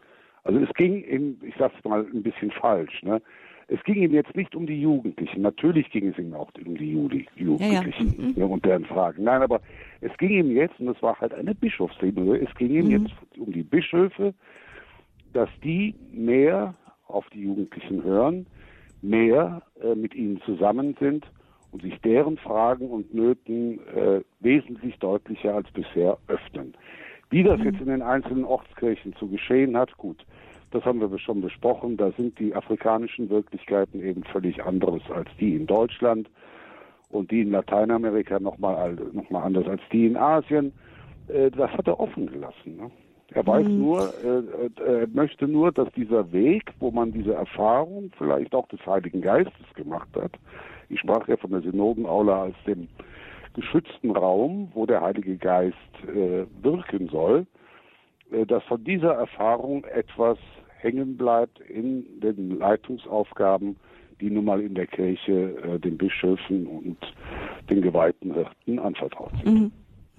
Also es ging ihm, ich sag's mal ein bisschen falsch, ne? Es ging ihm jetzt nicht um die Jugendlichen. Natürlich ging es ihm auch um die Jugendlichen und deren Fragen. Nein, aber es ging ihm jetzt, und das war halt eine Bischofsrede, es ging ihm jetzt um die Bischöfe, dass die mehr auf die Jugendlichen hören, mehr mit ihnen zusammen sind und sich deren Fragen und Nöten wesentlich deutlicher als bisher öffnen. Wie das jetzt in den einzelnen Ortskirchen zu geschehen hat, gut, das haben wir schon besprochen. Da sind die afrikanischen Wirklichkeiten eben völlig anderes als die in Deutschland und die in Lateinamerika noch mal anders als die in Asien. Das hat er offen gelassen. Ne? Er weiß nur, er möchte nur, dass dieser Weg, wo man diese Erfahrung vielleicht auch des Heiligen Geistes gemacht hat, ich sprach ja von der Synodenaula als dem geschützten Raum, wo der Heilige Geist wirken soll, dass von dieser Erfahrung etwas hängen bleibt in den Leitungsaufgaben, die nun mal in der Kirche den Bischöfen und den geweihten Hirten anvertraut sind.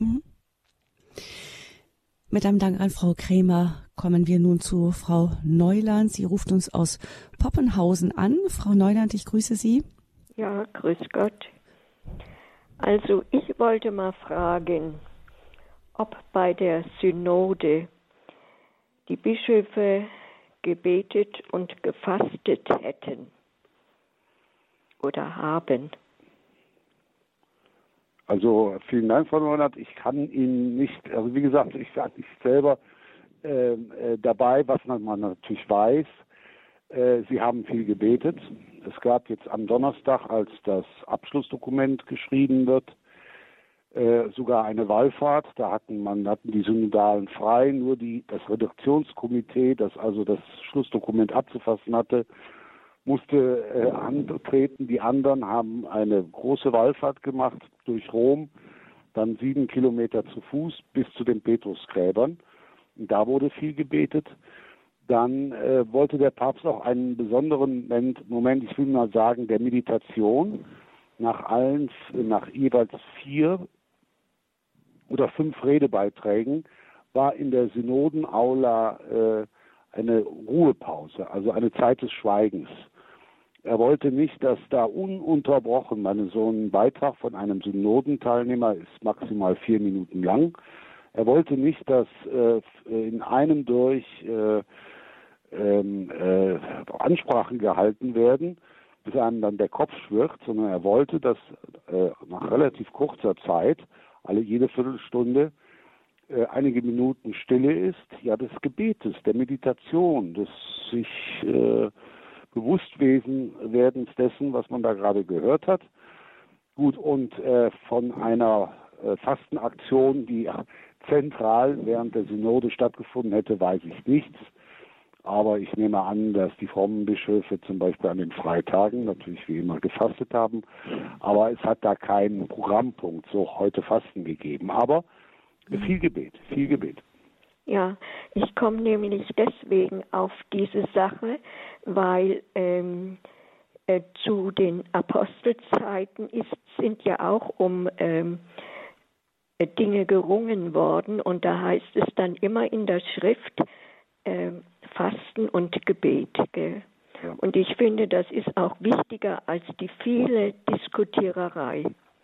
Mit einem Dank an Frau Krämer kommen wir nun zu Frau Neuland. Sie ruft uns aus Poppenhausen an. Frau Neuland, ich grüße Sie. Ja, grüß Gott. Also ich wollte mal fragen, ob bei der Synode die Bischöfe gebetet und gefastet hätten oder haben. Also vielen Dank, Frau Neuland. Ich kann Ihnen nicht, also wie gesagt, ich war nicht selber dabei, was man natürlich weiß. Sie haben viel gebetet. Es gab jetzt am Donnerstag, als das Abschlussdokument geschrieben wird, sogar eine Wallfahrt. Da hatten die Synodalen frei, nur das Redaktionskomitee, das also das Schlussdokument abzufassen hatte, musste antreten. Die anderen haben eine große Wallfahrt gemacht durch Rom, dann 7 Kilometer zu Fuß bis zu den Petrusgräbern. Und da wurde viel gebetet. Dann wollte der Papst auch einen besonderen Moment, ich will mal sagen, der Meditation nach jeweils 4 oder 5 Redebeiträgen war in der Synodenaula eine Ruhepause, also eine Zeit des Schweigens. Er wollte nicht, dass da ununterbrochen, so ein Beitrag von einem Synodenteilnehmer ist maximal 4 Minuten lang. Er wollte nicht, dass in einem durch Ansprachen gehalten werden, bis einem dann der Kopf schwirrt, sondern er wollte, dass nach relativ kurzer Zeit, jede Viertelstunde, einige Minuten Stille ist, ja, des Gebetes, der Meditation, des sich Bewusstwerdens dessen, was man da gerade gehört hat. Gut, und von einer Fastenaktion, die zentral während der Synode stattgefunden hätte, weiß ich nichts. Aber ich nehme an, dass die frommen Bischöfe zum Beispiel an den Freitagen natürlich wie immer gefastet haben. Aber es hat da keinen Programmpunkt, so heute Fasten gegeben. Aber viel Gebet. Ja, ich komme nämlich deswegen auf diese Sache, weil zu den Apostelzeiten sind ja auch um Dinge gerungen worden. Und da heißt es dann immer in der Schrift, Fasten und Gebet. Gell? Ja. Und ich finde, das ist auch wichtiger als die viele Diskutiererei.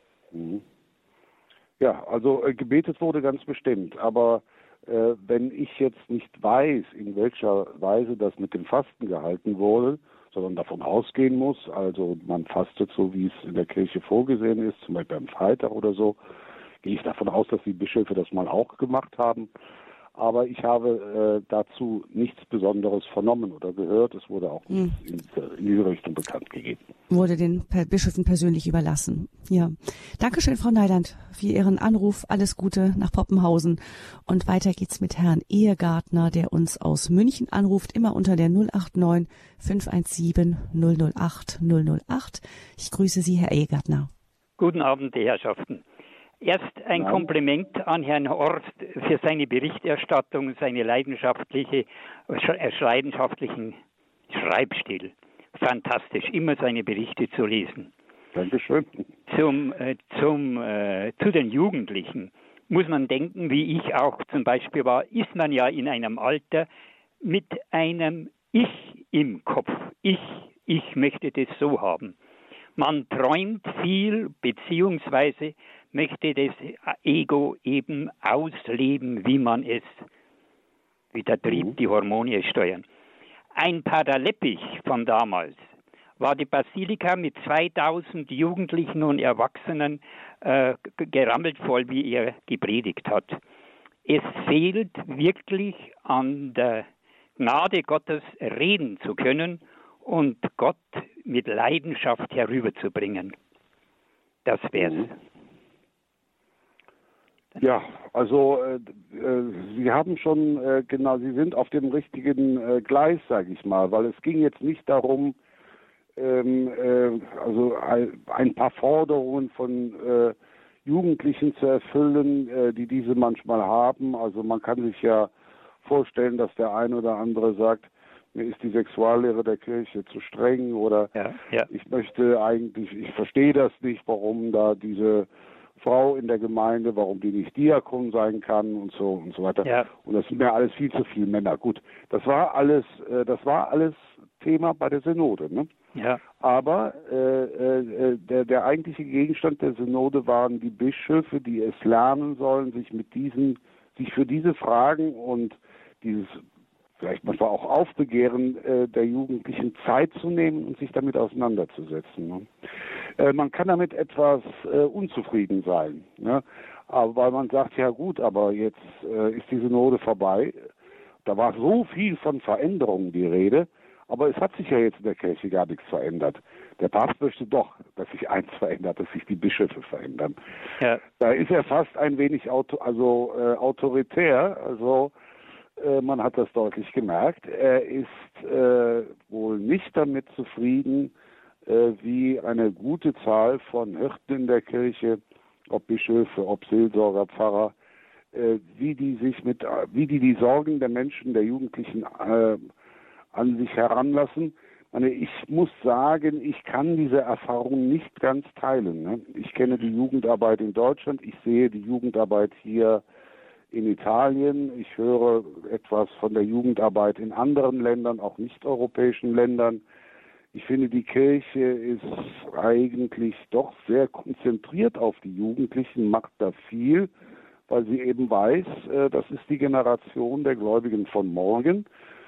Ja, also gebetet wurde ganz bestimmt. Aber wenn ich jetzt nicht weiß, in welcher Weise das mit dem Fasten gehalten wurde, sondern davon ausgehen muss, also man fastet so, wie es in der Kirche vorgesehen ist, zum Beispiel am Freitag oder so, gehe ich davon aus, dass die Bischöfe das mal auch gemacht haben. Aber ich habe dazu nichts Besonderes vernommen oder gehört. Es wurde auch in diese Richtung bekannt gegeben. Wurde den Bischöfen persönlich überlassen. Ja. Dankeschön, Frau Neuland, für Ihren Anruf. Alles Gute nach Poppenhausen. Und weiter geht's mit Herrn Ehegartner, der uns aus München anruft, immer unter der 089 517 008 008. Ich grüße Sie, Herr Ehegartner. Guten Abend, die Herrschaften. Erst ein Kompliment an Herrn Horst für seine Berichterstattung, seine leidenschaftlichen Schreibstil. Fantastisch, immer seine Berichte zu lesen. Dankeschön. Zu den Jugendlichen muss man denken, wie ich auch zum Beispiel war, ist man ja in einem Alter, mit einem Ich im Kopf. Ich möchte das so haben. Man träumt viel, beziehungsweise möchte das Ego eben ausleben, wie man es, wie der Trieb, die Hormone steuern. Ein Paraleppich von damals war die Basilika mit 2000 Jugendlichen und Erwachsenen gerammelt voll, wie er gepredigt hat. Es fehlt wirklich an der Gnade Gottes reden zu können und Gott mit Leidenschaft herüberzubringen. Das wär's. Ja, also Sie haben schon, genau, Sie sind auf dem richtigen Gleis, sage ich mal, weil es ging jetzt nicht darum, also ein paar Forderungen von Jugendlichen zu erfüllen, die diese manchmal haben. Also man kann sich ja vorstellen, dass der eine oder andere sagt, mir ist die Sexuallehre der Kirche zu streng oder ich möchte eigentlich, ich verstehe das nicht, warum da diese Frau in der Gemeinde, warum die nicht Diakon sein kann und so weiter. Ja. Und das sind mir alles viel zu viele Männer. Gut, das war alles Thema bei der Synode, ne? Ja. Aber der eigentliche Gegenstand der Synode waren die Bischöfe, die es lernen sollen, sich für diese Fragen und dieses vielleicht manchmal auch Aufbegehren der Jugendlichen Zeit zu nehmen und sich damit auseinanderzusetzen. Ne? Man kann damit etwas unzufrieden sein, ne? Aber weil man sagt, ja gut, aber jetzt ist die Synode vorbei. Da war so viel von Veränderungen die Rede, aber es hat sich ja jetzt in der Kirche gar nichts verändert. Der Papst möchte doch, dass sich eins verändert, dass sich die Bischöfe verändern. Ja. Da ist er fast ein wenig autoritär, also man hat das deutlich gemerkt. Er ist wohl nicht damit zufrieden, wie eine gute Zahl von Hirten in der Kirche, ob Bischöfe, ob Seelsorger, Pfarrer, wie die Sorgen der Menschen, der Jugendlichen an sich heranlassen. Ich muss sagen, ich kann diese Erfahrung nicht ganz teilen. Ne? Ich kenne die Jugendarbeit in Deutschland, ich sehe die Jugendarbeit hier in Italien, ich höre etwas von der Jugendarbeit in anderen Ländern, auch nicht-europäischen Ländern. Ich finde, die Kirche ist eigentlich doch sehr konzentriert auf die Jugendlichen, macht da viel, weil sie eben weiß, das ist die Generation der Gläubigen von morgen.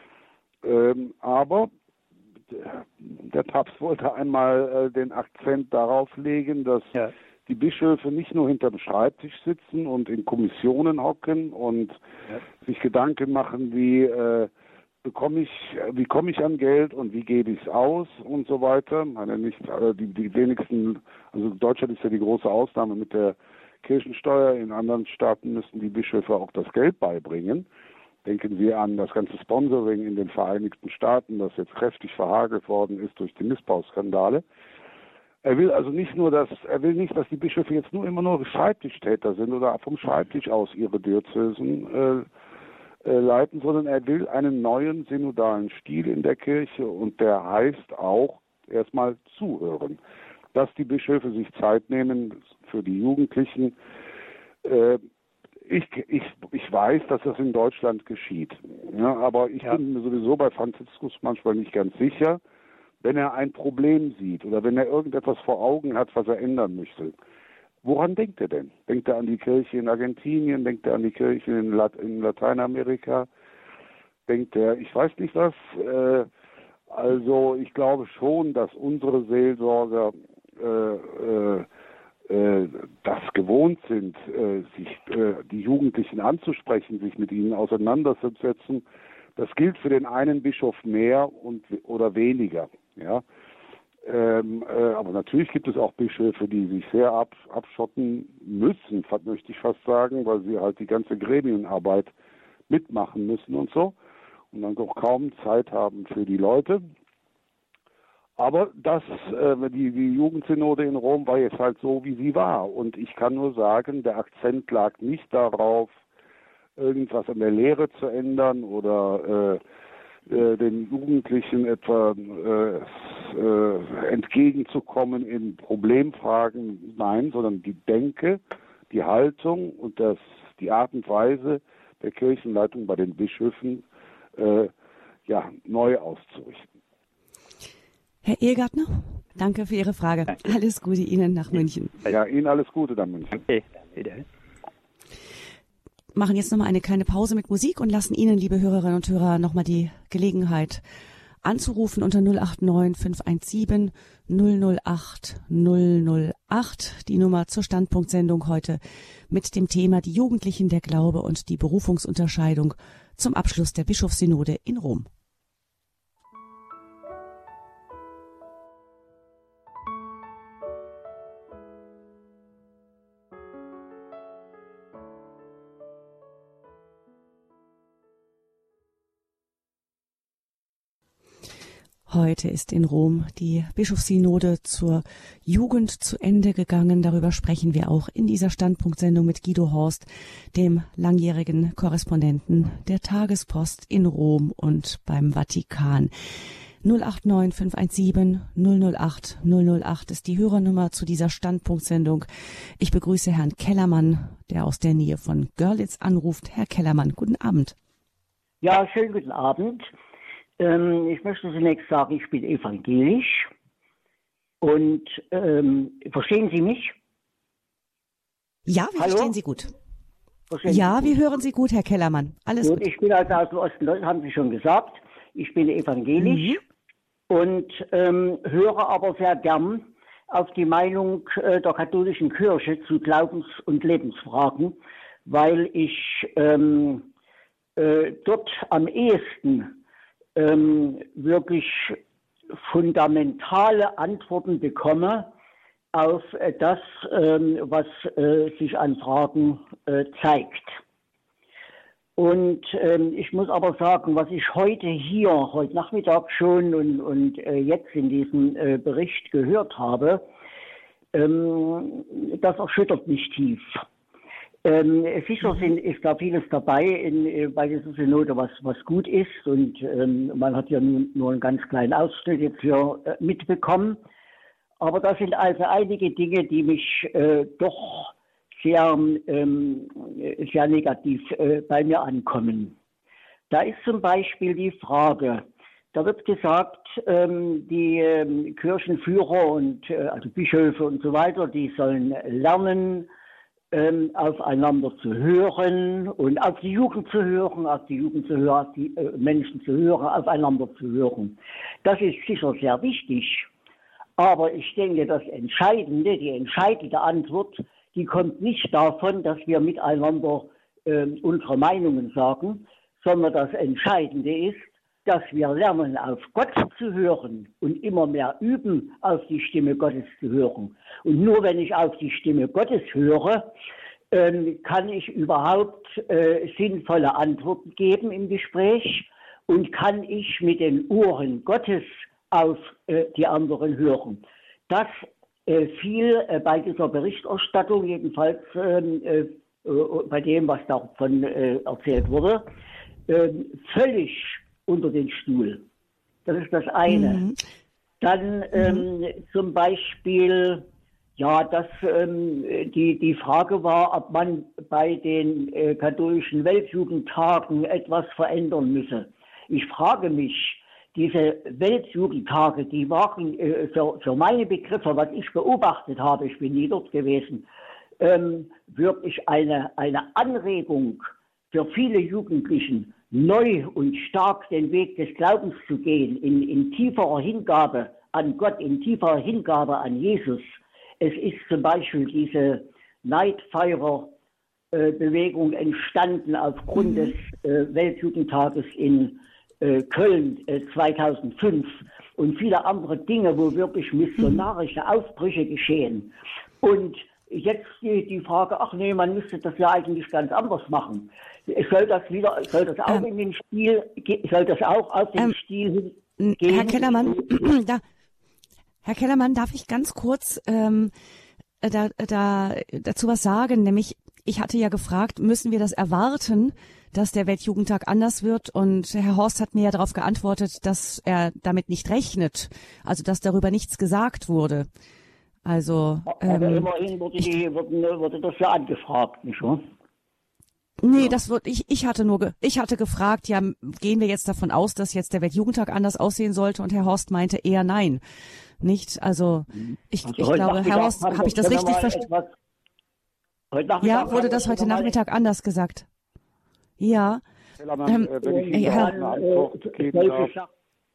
Aber der Papst wollte einmal den Akzent darauf legen, dass die Bischöfe nicht nur hinterm Schreibtisch sitzen und in Kommissionen hocken und sich Gedanken machen, wie komme ich an Geld und wie gebe ich es aus und so weiter. Die wenigsten, also Deutschland ist ja die große Ausnahme mit der Kirchensteuer. In anderen Staaten müssen die Bischöfe auch das Geld beibringen. Denken Sie an das ganze Sponsoring in den Vereinigten Staaten, das jetzt kräftig verhagelt worden ist durch die Missbrauchsskandale. Er will also nicht, dass die Bischöfe jetzt immer nur Schreibtischtäter sind oder vom Schreibtisch aus ihre Diözesen leiten, sondern er will einen neuen synodalen Stil in der Kirche und der heißt auch erstmal zuhören. Dass die Bischöfe sich Zeit nehmen für die Jugendlichen. Ich weiß, dass das in Deutschland geschieht. Ja, aber ich bin mir sowieso bei Franziskus manchmal nicht ganz sicher, wenn er ein Problem sieht oder wenn er irgendetwas vor Augen hat, was er ändern möchte. Woran denkt er denn? Denkt er an die Kirche in Argentinien? Denkt er an die Kirche in Lateinamerika? Denkt er, ich weiß nicht was. Also ich glaube schon, dass unsere Seelsorger das gewohnt sind, die Jugendlichen anzusprechen, sich mit ihnen auseinanderzusetzen. Das gilt für den einen Bischof mehr oder weniger. Ja? Aber natürlich gibt es auch Bischöfe, die sich sehr abschotten müssen, möchte ich fast sagen, weil sie halt die ganze Gremienarbeit mitmachen müssen und so und dann auch kaum Zeit haben für die Leute. Aber die Jugendsynode in Rom war jetzt halt so, wie sie war. Und ich kann nur sagen, der Akzent lag nicht darauf, irgendwas an der Lehre zu ändern oder den Jugendlichen etwa entgegenzukommen in Problemfragen. Nein, sondern die Denke, die Haltung und die Art und Weise der Kirchenleitung bei den Bischöfen neu auszurichten. Herr Ehegartner, danke für Ihre Frage. Danke. Alles Gute Ihnen nach München. Ja, Ihnen alles Gute nach München. Danke. Wieder. Machen jetzt nochmal eine kleine Pause mit Musik und lassen Ihnen, liebe Hörerinnen und Hörer, nochmal die Gelegenheit anzurufen unter 089 517 008 008, die Nummer zur Standpunktsendung heute mit dem Thema die Jugendlichen, der Glaube und die Berufungsunterscheidung zum Abschluss der Bischofssynode in Rom. Heute ist in Rom die Bischofssynode zur Jugend zu Ende gegangen. Darüber sprechen wir auch in dieser Standpunktsendung mit Guido Horst, dem langjährigen Korrespondenten der Tagespost in Rom und beim Vatikan. 089 517 008 008 ist die Hörernummer zu dieser Standpunktsendung. Ich begrüße Herrn Kellermann, der aus der Nähe von Görlitz anruft. Herr Kellermann, guten Abend. Ja, schönen guten Abend. Ich möchte zunächst sagen, ich bin evangelisch und verstehen Sie mich? Ja, wir verstehen Sie gut. Wir hören Sie gut, Herr Kellermann. Alles gut. Ich bin also aus dem Osten Deutschlands, haben Sie schon gesagt. Ich bin evangelisch und höre aber sehr gern auf die Meinung der katholischen Kirche zu Glaubens- und Lebensfragen, weil ich dort am ehesten wirklich fundamentale Antworten bekomme auf das, was sich an Fragen zeigt. Und ich muss aber sagen, was ich heute Nachmittag schon und jetzt in diesem Bericht gehört habe, das erschüttert mich tief. Sicher ist da vieles dabei bei dieser Synode, was gut ist, und man hat ja nur einen ganz kleinen Ausschnitt jetzt hier mitbekommen. Aber da sind also einige Dinge, die mich doch sehr negativ bei mir ankommen. Da ist zum Beispiel die Frage, da wird gesagt, die Kirchenführer und also Bischöfe und so weiter, die sollen lernen, aufeinander zu hören und auf die Jugend zu hören, auf die Menschen zu hören, aufeinander zu hören. Das ist sicher sehr wichtig. Aber ich denke, die entscheidende Antwort, die kommt nicht davon, dass wir miteinander unsere Meinungen sagen, sondern das Entscheidende ist, dass wir lernen, auf Gott zu hören und immer mehr üben, auf die Stimme Gottes zu hören. Und nur wenn ich auf die Stimme Gottes höre, kann ich überhaupt sinnvolle Antworten geben im Gespräch und kann ich mit den Ohren Gottes auf die anderen hören. Das fiel bei dieser Berichterstattung, jedenfalls bei dem, was davon erzählt wurde, völlig unter den Stuhl. Das ist das eine. Dann zum Beispiel, dass die Frage war, ob man bei den katholischen Weltjugendtagen etwas verändern müsse. Ich frage mich, diese Weltjugendtage, die waren für meine Begriffe, was ich beobachtet habe, ich bin nie dort gewesen, wirklich eine Anregung für viele Jugendlichen, neu und stark den Weg des Glaubens zu gehen, in tieferer Hingabe an Gott, in tieferer Hingabe an Jesus. Es ist zum Beispiel diese Nightfire-Bewegung entstanden aufgrund des Weltjugendtages in Köln 2005 und viele andere Dinge, wo wirklich missionarische Aufbrüche geschehen. Und jetzt die Frage, man müsste das ja eigentlich ganz anders machen. Soll das auch in den Stil, soll das auch auf den Stil gehen? Herr Kellermann, darf ich ganz kurz dazu was sagen? Nämlich, ich hatte ja gefragt, müssen wir das erwarten, dass der Weltjugendtag anders wird? Und Herr Horst hat mir ja darauf geantwortet, dass er damit nicht rechnet, also dass darüber nichts gesagt wurde. Also aber immerhin wurde das ja angefragt, nicht wahr? Nee, ja. Ich hatte gefragt, ja, gehen wir jetzt davon aus, dass jetzt der Weltjugendtag anders aussehen sollte, und Herr Horst meinte eher nein. Nicht? Also ich glaube, Herr Horst, habe ich das richtig verstanden? Ja, wurde das heute Nachmittag anders gesagt? Ja. Wenn ich Ihnen eine Antwort geben darf.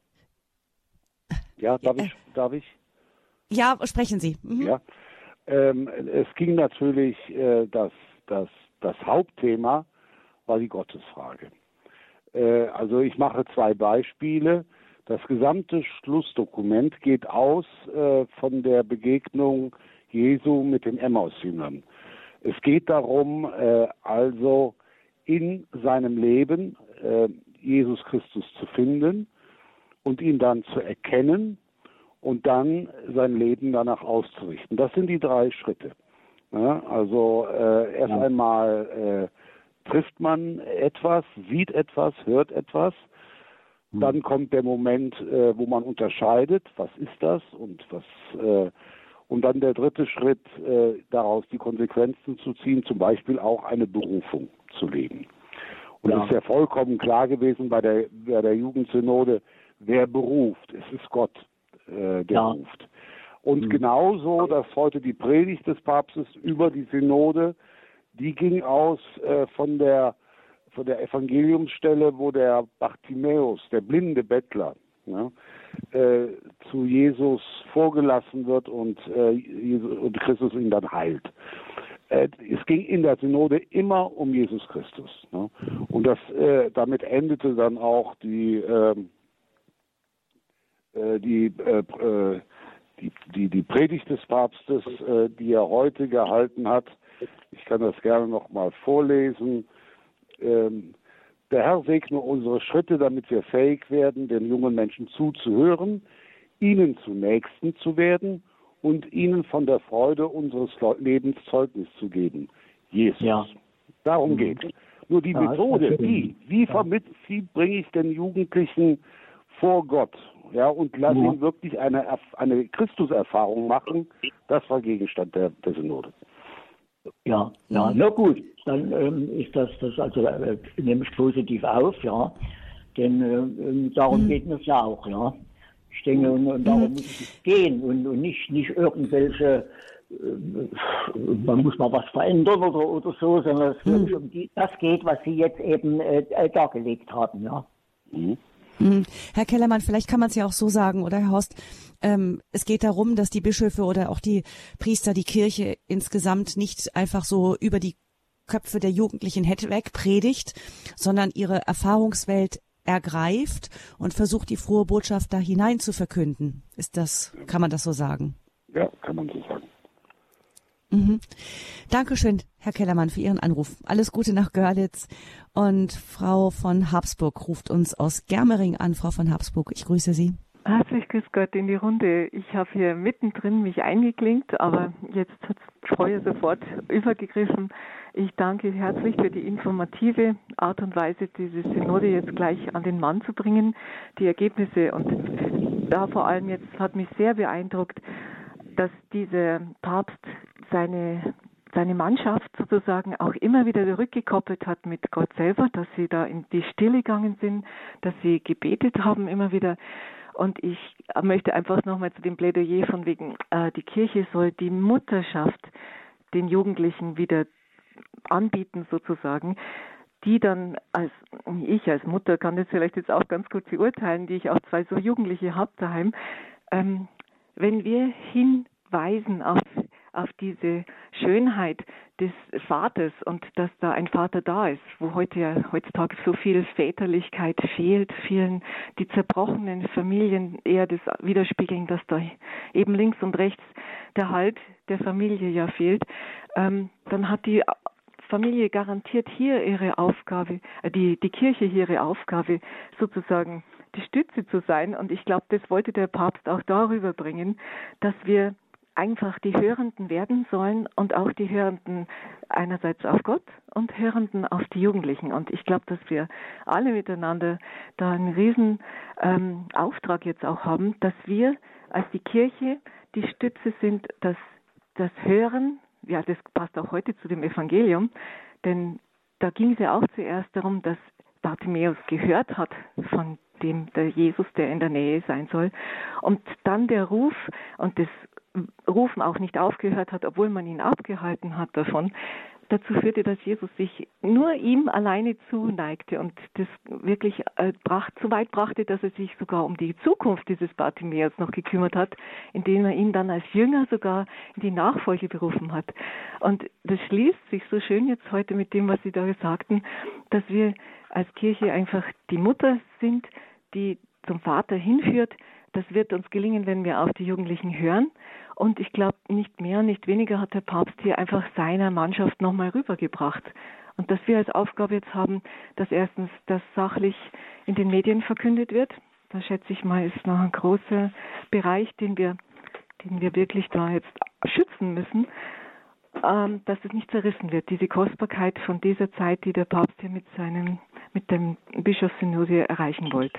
Ja, darf ich? Ja, sprechen Sie. Mhm. Ja. Es ging natürlich, das Hauptthema war die Gottesfrage. Also ich mache 2 Beispiele. Das gesamte Schlussdokument geht aus von der Begegnung Jesu mit den Emmaus-Jüngern. Es geht darum, also in seinem Leben Jesus Christus zu finden und ihn dann zu erkennen und dann sein Leben danach auszurichten. Das sind die 3 Schritte. Ja, also erst einmal trifft man etwas, sieht etwas, hört etwas. Dann kommt der Moment, wo man unterscheidet, was ist das und und dann der 3. Schritt, daraus die Konsequenzen zu ziehen, zum Beispiel auch eine Berufung zu legen. Und es ist ja vollkommen klar gewesen bei der Jugendsynode, wer beruft. Es ist Gott, der ruft. Und genauso, dass heute die Predigt des Papstes über die Synode, die ging aus von der Evangeliumsstelle, wo der Bartimäus, der blinde Bettler, zu Jesus vorgelassen wird und Christus ihn dann heilt. Es ging in der Synode immer um Jesus Christus. Ne? Und damit endete dann auch die Predigt des Papstes, die er heute gehalten hat. Ich kann das gerne noch mal vorlesen. Der Herr segne unsere Schritte, damit wir fähig werden, den jungen Menschen zuzuhören, ihnen zu Nächsten zu werden und ihnen von der Freude unseres Lebens Zeugnis zu geben. Jesus. Ja. Darum geht es. Nur die Methode, wie bringe ich den Jugendlichen vor Gott? Ja, und lass ihn wirklich eine Christuserfahrung machen, das war Gegenstand der Synode. Ja, na gut, dann ist das also nehme ich positiv auf, ja, denn darum geht es ja auch, ja. Ich denke, und darum muss es gehen und nicht irgendwelche, man muss mal was verändern oder so, sondern es wirklich um das geht, was Sie jetzt eben dargelegt haben, ja. Herr Kellermann, vielleicht kann man es ja auch so sagen, oder Herr Horst, es geht darum, dass die Bischöfe oder auch die Priester, die Kirche insgesamt nicht einfach so über die Köpfe der Jugendlichen hinweg predigt, sondern ihre Erfahrungswelt ergreift und versucht, die frohe Botschaft da hinein zu verkünden. Kann man das so sagen? Ja, kann man so sagen. Dankeschön, Herr Kellermann, für Ihren Anruf. Alles Gute nach Görlitz. Und Frau von Habsburg ruft uns aus Germering an. Frau von Habsburg, ich grüße Sie. Herzlich grüß Gott in die Runde. Ich habe hier mittendrin mich eingeklinkt, aber jetzt hat Feuer sofort übergegriffen. Ich danke herzlich für die informative Art und Weise, diese Synode jetzt gleich an den Mann zu bringen, die Ergebnisse. Und da vor allem jetzt hat mich sehr beeindruckt, dass dieser Papst seine Mannschaft sozusagen auch immer wieder zurückgekoppelt hat mit Gott selber, dass sie da in die Stille gegangen sind, dass sie gebetet haben immer wieder. Und ich möchte einfach nochmal zu dem Plädoyer von wegen, die Kirche soll die Mutterschaft den Jugendlichen wieder anbieten sozusagen, die dann als Mutter kann das vielleicht jetzt auch ganz gut beurteilen, die ich auch 2 so Jugendliche habe daheim, wenn wir hinweisen auf diese Schönheit des Vaters und dass da ein Vater da ist, wo heutzutage so viel Väterlichkeit fehlt, vielen die zerbrochenen Familien eher das widerspiegeln, dass da eben links und rechts der Halt der Familie ja fehlt, dann hat die Familie garantiert hier ihre Aufgabe, die Kirche hier ihre Aufgabe, sozusagen die Stütze zu sein. Und ich glaube, das wollte der Papst auch darüber bringen, dass wir einfach die Hörenden werden sollen und auch die Hörenden einerseits auf Gott und Hörenden auf die Jugendlichen. Und ich glaube, dass wir alle miteinander da einen riesen Auftrag jetzt auch haben, dass wir als die Kirche die Stütze sind, dass das Hören, ja, das passt auch heute zu dem Evangelium, denn da ging es ja auch zuerst darum, dass Bartimäus gehört hat von dem der Jesus, der in der Nähe sein soll. Und dann der Ruf und das Rufen auch nicht aufgehört hat, obwohl man ihn abgehalten hat davon, dazu führte, dass Jesus sich nur ihm alleine zuneigte und das wirklich so weit brachte, dass er sich sogar um die Zukunft dieses Bartimäus noch gekümmert hat, indem er ihn dann als Jünger sogar in die Nachfolge berufen hat. Und das schließt sich so schön jetzt heute mit dem, was Sie da sagten, dass wir als Kirche einfach die Mutter sind, die zum Vater hinführt. Das wird uns gelingen, wenn wir auf die Jugendlichen hören. Und ich glaube, nicht mehr, nicht weniger hat der Papst hier einfach seiner Mannschaft nochmal rübergebracht. Und dass wir als Aufgabe jetzt haben, dass erstens das sachlich in den Medien verkündet wird. Da schätze ich mal, ist noch ein großer Bereich, den wir wirklich da jetzt schützen müssen, dass es nicht zerrissen wird. Diese Kostbarkeit von dieser Zeit, die der Papst hier mit dem Bischofssynode erreichen wollte.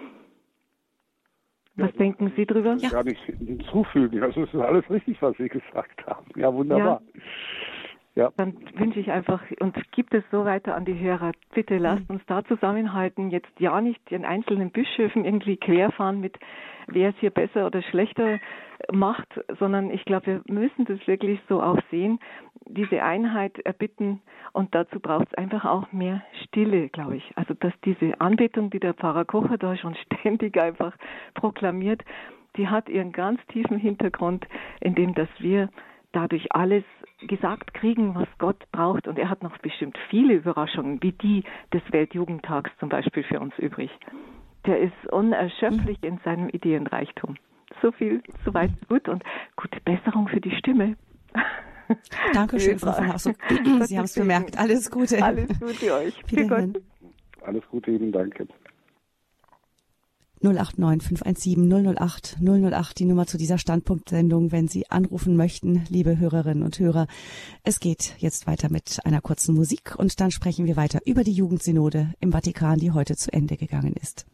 Was denken Sie drüber? Ich kann gar nicht hinzufügen. Also es ist alles richtig, was Sie gesagt haben. Ja, wunderbar. Ja. Dann wünsche ich einfach und gibt es so weiter an die Hörer. Bitte lasst uns da zusammenhalten. Jetzt ja nicht den einzelnen Bischöfen irgendwie querfahren mit, wer es hier besser oder schlechter macht, sondern ich glaube, wir müssen das wirklich so auch sehen, diese Einheit erbitten und dazu braucht es einfach auch mehr Stille, glaube ich. Also dass diese Anbetung, die der Pfarrer Kocher da schon ständig einfach proklamiert, die hat ihren ganz tiefen Hintergrund, in dem, dass wir dadurch alles gesagt kriegen, was Gott braucht. Und er hat noch bestimmt viele Überraschungen, wie die des Weltjugendtags zum Beispiel für uns übrig. Der ist unerschöpflich in seinem Ideenreichtum. So viel, so weit, gut und gute Besserung für die Stimme. Dankeschön, Frau von Hausung. Sie haben es bemerkt. Alles Gute. Alles Gute euch. Für Gott. Alles Gute Ihnen, danke. 089 517 008 008, die Nummer zu dieser Standpunktsendung, wenn Sie anrufen möchten, liebe Hörerinnen und Hörer. Es geht jetzt weiter mit einer kurzen Musik und dann sprechen wir weiter über die Jugendsynode im Vatikan, die heute zu Ende gegangen ist.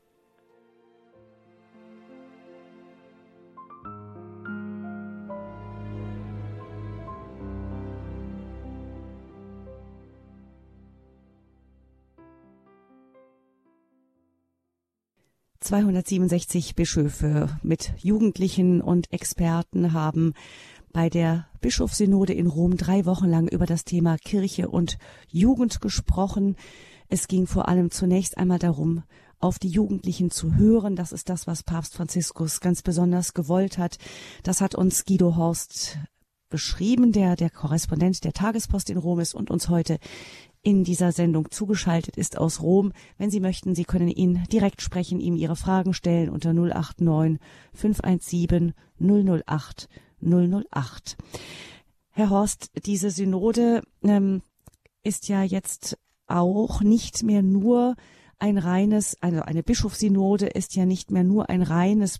...267 Bischöfe mit Jugendlichen und Experten haben bei der Bischofssynode in Rom 3 Wochen lang über das Thema Kirche und Jugend gesprochen. Es ging vor allem zunächst einmal darum, auf die Jugendlichen zu hören. Das ist das, was Papst Franziskus ganz besonders gewollt hat. Das hat uns Guido Horst beschrieben, der Korrespondent der Tagespost in Rom ist und uns heute in dieser Sendung zugeschaltet ist aus Rom. Wenn Sie möchten, Sie können ihn direkt sprechen, ihm Ihre Fragen stellen unter 089 517 008 008. Herr Horst, diese Synode ist ja jetzt auch nicht mehr nur ein reines, also eine Bischofssynode ist ja nicht mehr nur ein reines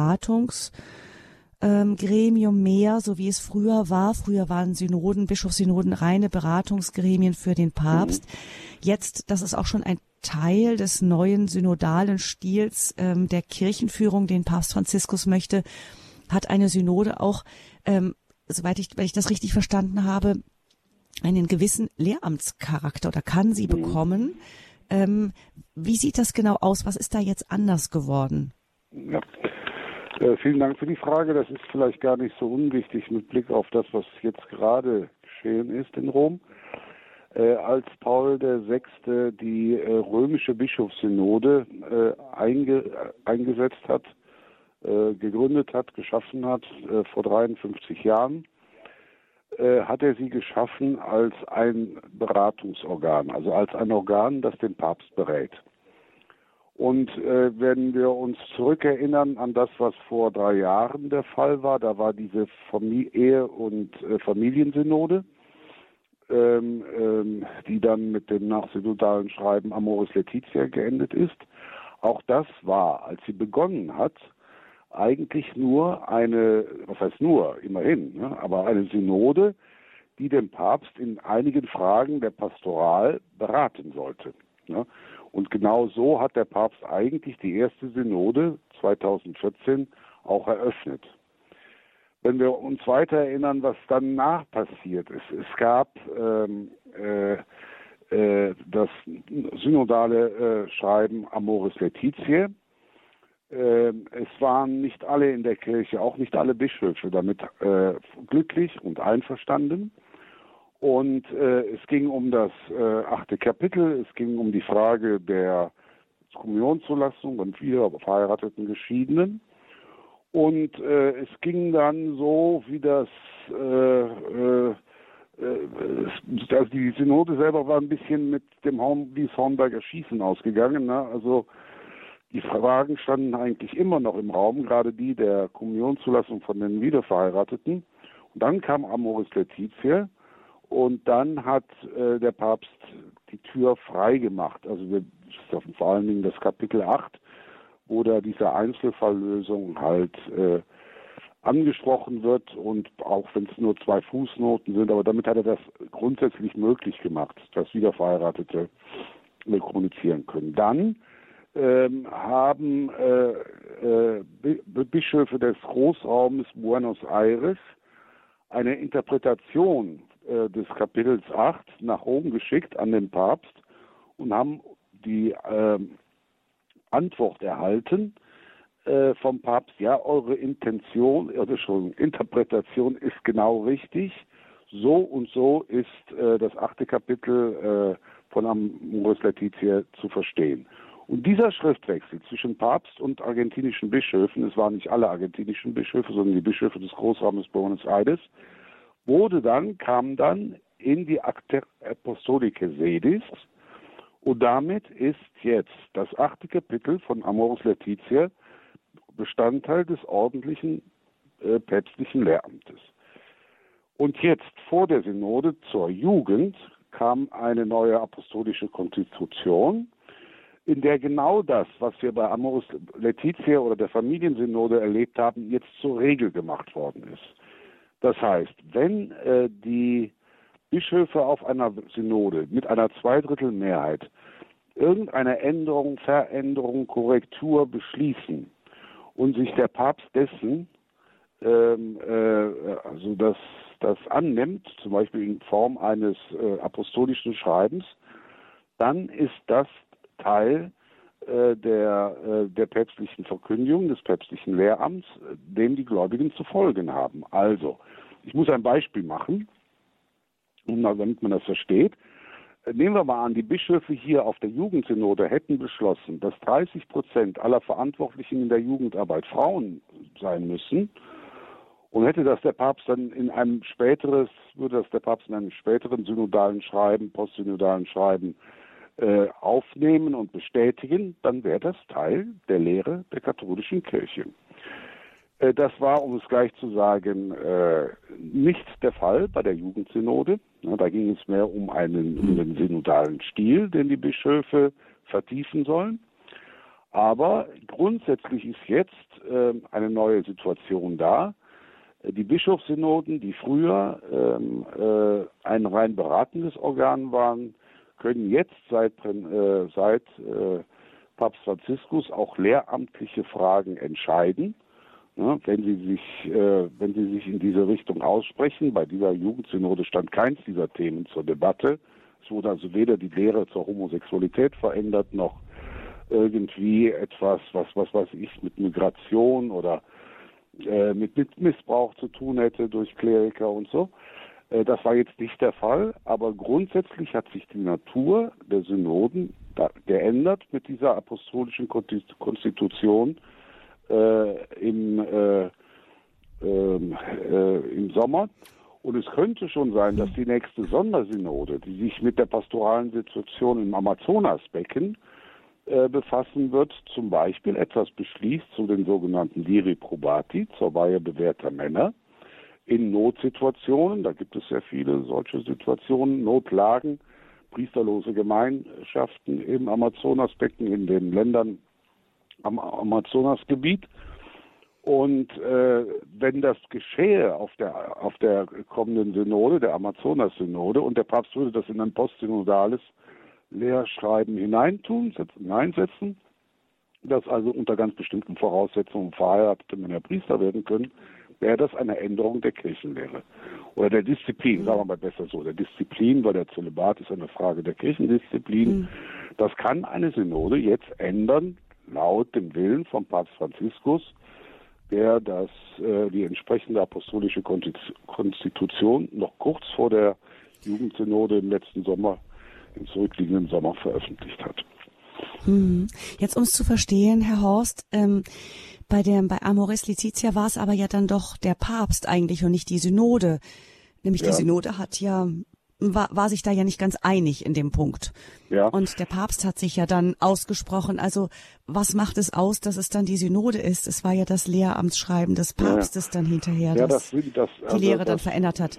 Gremium mehr, so wie es früher war. Früher waren Synoden, Bischofssynoden reine Beratungsgremien für den Papst. Jetzt, das ist auch schon ein Teil des neuen synodalen Stils der Kirchenführung, den Papst Franziskus möchte, hat eine Synode auch, wenn ich das richtig verstanden habe, einen gewissen Lehramtscharakter oder kann sie bekommen. Wie sieht das genau aus? Was ist da jetzt anders geworden? Ja. Vielen Dank für die Frage. Das ist vielleicht gar nicht so unwichtig mit Blick auf das, was jetzt gerade geschehen ist in Rom. Als Paul VI. Die römische Bischofssynode eingesetzt hat, gegründet hat, geschaffen hat, vor 53 Jahren, hat er sie geschaffen als ein Beratungsorgan, also als ein Organ, das den Papst berät. Und wenn wir uns zurückerinnern an das, was vor 3 Jahren der Fall war, da war diese Ehe- und Familiensynode, die dann mit dem nachsynodalen Schreiben Amoris Laetitia geendet ist. Auch das war, als sie begonnen hat, eigentlich nur eine, was heißt nur, immerhin, ne, aber eine Synode, die den Papst in einigen Fragen der Pastoral beraten sollte. Ne? Und genau so hat der Papst eigentlich die erste Synode 2014 auch eröffnet. Wenn wir uns weiter erinnern, was danach passiert ist. Es gab das synodale Schreiben Amoris Laetitiae. Es waren nicht alle in der Kirche, auch nicht alle Bischöfe damit glücklich und einverstanden. Und es ging um das 8. Kapitel, es ging um die Frage der Kommunionzulassung und wieder verheirateten Geschiedenen. Und es ging dann so, wie das also die Synode selber war ein bisschen mit dem Hornberger Schießen ausgegangen. Ne? Also die Fragen standen eigentlich immer noch im Raum, gerade die der Kommunionzulassung von den Wiederverheirateten. Und dann kam Amoris Laetitiae und dann hat der Papst die Tür frei gemacht. Also das ist vor allen Dingen das Kapitel 8, wo da diese Einzelfalllösung halt angesprochen wird, und auch wenn es nur 2 Fußnoten sind, aber damit hat er das grundsätzlich möglich gemacht, dass Wiederverheiratete kommunizieren können. Dann haben Bischöfe des Großraumes Buenos Aires eine Interpretation des Kapitels 8 nach Rom geschickt an den Papst und haben die Antwort erhalten vom Papst: Ja, eure Interpretation ist genau richtig. So und so ist das 8. Kapitel von Amoris Laetitiae zu verstehen. Und dieser Schriftwechsel zwischen Papst und argentinischen Bischöfen, es waren nicht alle argentinischen Bischöfe, sondern die Bischöfe des Großraumes Buenos Aires, kam dann in die Acta Apostolicae Sedis, und damit ist jetzt das 8. Kapitel von Amoris Laetitiae Bestandteil des ordentlichen päpstlichen Lehramtes. Und jetzt vor der Synode zur Jugend kam eine neue apostolische Konstitution, in der genau das, was wir bei Amoris Laetitiae oder der Familiensynode erlebt haben, jetzt zur Regel gemacht worden ist. Das heißt, wenn die Bischöfe auf einer Synode mit einer 2/3 irgendeine Änderung, Veränderung, Korrektur beschließen und sich der Papst dessen also das annimmt, zum Beispiel in Form eines apostolischen Schreibens, dann ist das Teil der päpstlichen Verkündigung, des päpstlichen Lehramts, dem die Gläubigen zu folgen haben. Also, ich muss ein Beispiel machen, damit man das versteht. Nehmen wir mal an, die Bischöfe hier auf der Jugendsynode hätten beschlossen, dass 30% aller Verantwortlichen in der Jugendarbeit Frauen sein müssen, und hätte das der Papst dann würde das der Papst in einem späteren synodalen Schreiben, postsynodalen Schreiben aufnehmen und bestätigen, dann wäre das Teil der Lehre der katholischen Kirche. Das war, um es gleich zu sagen, nicht der Fall bei der Jugendsynode. Da ging es mehr um den synodalen Stil, den die Bischöfe vertiefen sollen. Aber grundsätzlich ist jetzt eine neue Situation da. Die Bischofssynoden, die früher ein rein beratendes Organ waren, können jetzt seit Papst Franziskus auch lehramtliche Fragen entscheiden, ne, wenn sie sich in diese Richtung aussprechen. Bei dieser Jugendsynode stand keins dieser Themen zur Debatte. Es wurde also weder die Lehre zur Homosexualität verändert, noch irgendwie etwas, was weiß ich, mit Migration oder mit Missbrauch zu tun hätte durch Kleriker und so. Das war jetzt nicht der Fall, aber grundsätzlich hat sich die Natur der Synoden geändert mit dieser apostolischen Konstitution im Sommer. Und es könnte schon sein, dass die nächste Sondersynode, die sich mit der pastoralen Situation im Amazonasbecken befassen wird, zum Beispiel etwas beschließt zu den sogenannten Liri Probati, zur Weihe bewährter Männer, in Notsituationen, da gibt es sehr viele solche Situationen, Notlagen, priesterlose Gemeinschaften im Amazonasbecken, in den Ländern am Amazonasgebiet. Und wenn das geschehe auf der kommenden Synode, der Amazonas-Synode, und der Papst würde das in ein postsynodales Lehrschreiben hineinsetzen, dass also unter ganz bestimmten Voraussetzungen verheiratete Männer Priester werden können, wäre das eine Änderung der Kirchenlehre. oder der Disziplin, sagen wir mal besser so, der Disziplin, weil der Zölibat ist eine Frage der Kirchendisziplin. Das kann eine Synode jetzt ändern, laut dem Willen von Papst Franziskus, der die entsprechende apostolische Konstitution noch kurz vor der Jugendsynode im zurückliegenden Sommer veröffentlicht hat. Jetzt, um es zu verstehen, Herr Horst, bei Amoris Laetitia war es aber ja dann doch der Papst eigentlich und nicht die Synode. Nämlich die Synode war sich da ja nicht ganz einig in dem Punkt. Ja. Und der Papst hat sich ja dann ausgesprochen. Also was macht es aus, dass es dann die Synode ist? Es war ja das Lehramtsschreiben des Papstes dann hinterher, das die Lehre dann verändert hat.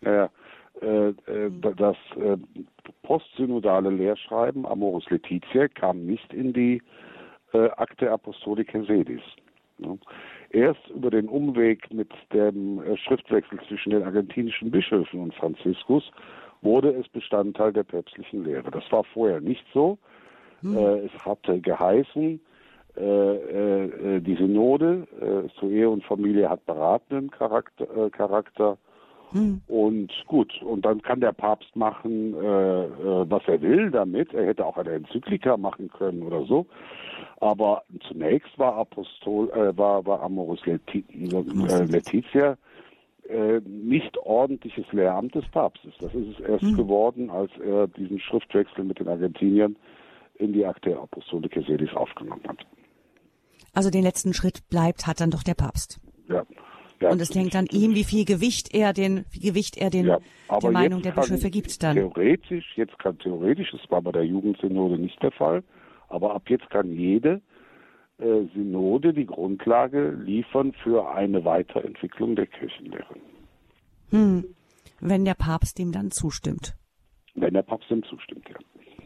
Das postsynodale Lehrschreiben Amoris Laetitia kam nicht in die Acte Apostolicae Sedis. Erst über den Umweg mit dem Schriftwechsel zwischen den argentinischen Bischöfen und Franziskus wurde es Bestandteil der päpstlichen Lehre. Das war vorher nicht so. Es hatte geheißen, die Synode zur Ehe und Familie hat beratenden Charakter. Und gut, und dann kann der Papst machen, was er will damit. Er hätte auch eine Enzyklika machen können oder so. Aber zunächst war Amoris Laetitia nicht ordentliches Lehramt des Papstes. Das ist es erst geworden, als er diesen Schriftwechsel mit den Argentiniern in die Acte Apostolicae Sedis aufgenommen hat. Also den letzten Schritt hat dann doch der Papst. Ja. Und es hängt an ihm, wie viel Gewicht er der Meinung der Bischöfe gibt dann. Theoretisch, das war bei der Jugendsynode nicht der Fall, aber ab jetzt kann jede Synode die Grundlage liefern für eine Weiterentwicklung der Kirchenlehre. Wenn der Papst dem dann zustimmt. Wenn der Papst dem zustimmt, ja.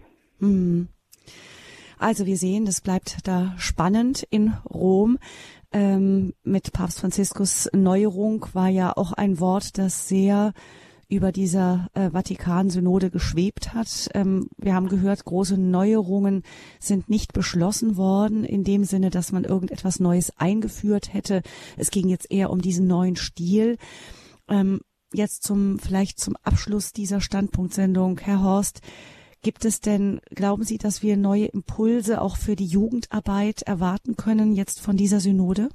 Also wir sehen, das bleibt da spannend in Rom. Mit Papst Franziskus Neuerung war ja auch ein Wort, das sehr über dieser Vatikan-Synode geschwebt hat. Wir haben gehört, große Neuerungen sind nicht beschlossen worden, in dem Sinne, dass man irgendetwas Neues eingeführt hätte. Es ging jetzt eher um diesen neuen Stil. Jetzt vielleicht zum Abschluss dieser Standpunktsendung, Herr Horst, gibt es denn, glauben Sie, dass wir neue Impulse auch für die Jugendarbeit erwarten können jetzt von dieser Synode?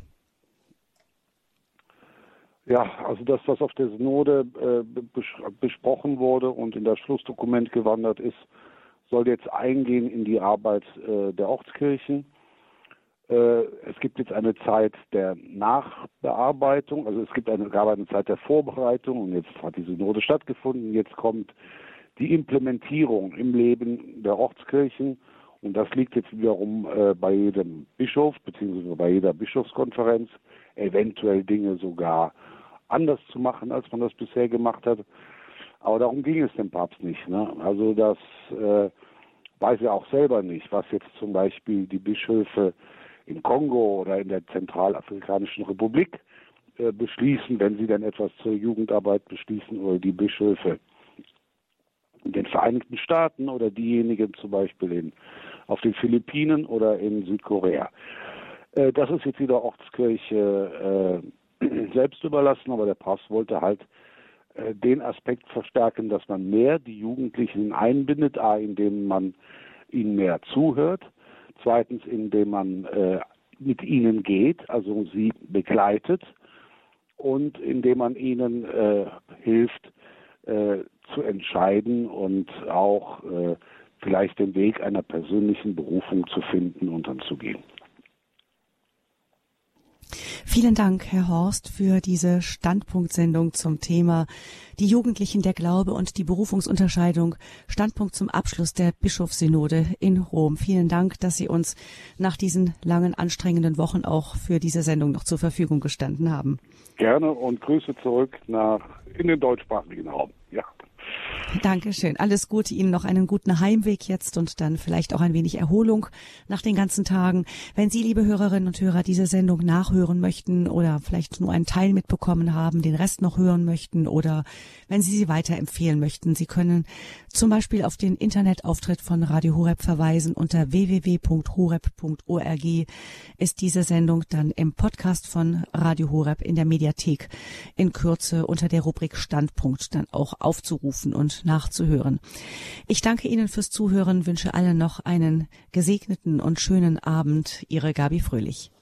Ja, also das, was auf der Synode besprochen wurde und in das Schlussdokument gewandert ist, soll jetzt eingehen in die Arbeit der Ortskirchen. Es gibt jetzt eine Zeit der Nachbearbeitung, also es gab eine Zeit der Vorbereitung und jetzt hat die Synode stattgefunden. Jetzt kommt die Implementierung im Leben der Ortskirchen und das liegt jetzt wiederum bei jedem Bischof bzw. bei jeder Bischofskonferenz, eventuell Dinge sogar anders zu machen, als man das bisher gemacht hat. Aber darum ging es dem Papst nicht. Ne? Also das weiß er auch selber nicht, was jetzt zum Beispiel die Bischöfe im Kongo oder in der Zentralafrikanischen Republik beschließen, wenn sie dann etwas zur Jugendarbeit beschließen, oder die Bischöfe in den Vereinigten Staaten oder diejenigen zum Beispiel auf den Philippinen oder in Südkorea. Das ist jetzt wieder Ortskirche selbst überlassen, aber der Papst wollte halt den Aspekt verstärken, dass man mehr die Jugendlichen einbindet, indem man ihnen mehr zuhört, zweitens, indem man mit ihnen geht, also sie begleitet und indem man ihnen hilft, zu entscheiden und auch vielleicht den Weg einer persönlichen Berufung zu finden und dann zu gehen. Vielen Dank, Herr Horst, für diese Standpunktsendung zum Thema die Jugendlichen, der Glaube und die Berufungsunterscheidung. Standpunkt zum Abschluss der Bischofssynode in Rom. Vielen Dank, dass Sie uns nach diesen langen, anstrengenden Wochen auch für diese Sendung noch zur Verfügung gestanden haben. Gerne und Grüße zurück in den deutschsprachigen Raum. Ja. Dankeschön. Alles Gute Ihnen, noch einen guten Heimweg jetzt und dann vielleicht auch ein wenig Erholung nach den ganzen Tagen. Wenn Sie, liebe Hörerinnen und Hörer, diese Sendung nachhören möchten oder vielleicht nur einen Teil mitbekommen haben, den Rest noch hören möchten oder wenn Sie weiterempfehlen möchten, Sie können zum Beispiel auf den Internetauftritt von Radio Horeb verweisen. Unter www.horeb.org ist diese Sendung dann im Podcast von Radio Horeb in der Mediathek in Kürze unter der Rubrik Standpunkt dann auch aufzurufen und nachzuhören. Ich danke Ihnen fürs Zuhören, wünsche allen noch einen gesegneten und schönen Abend. Ihre Gabi Fröhlich.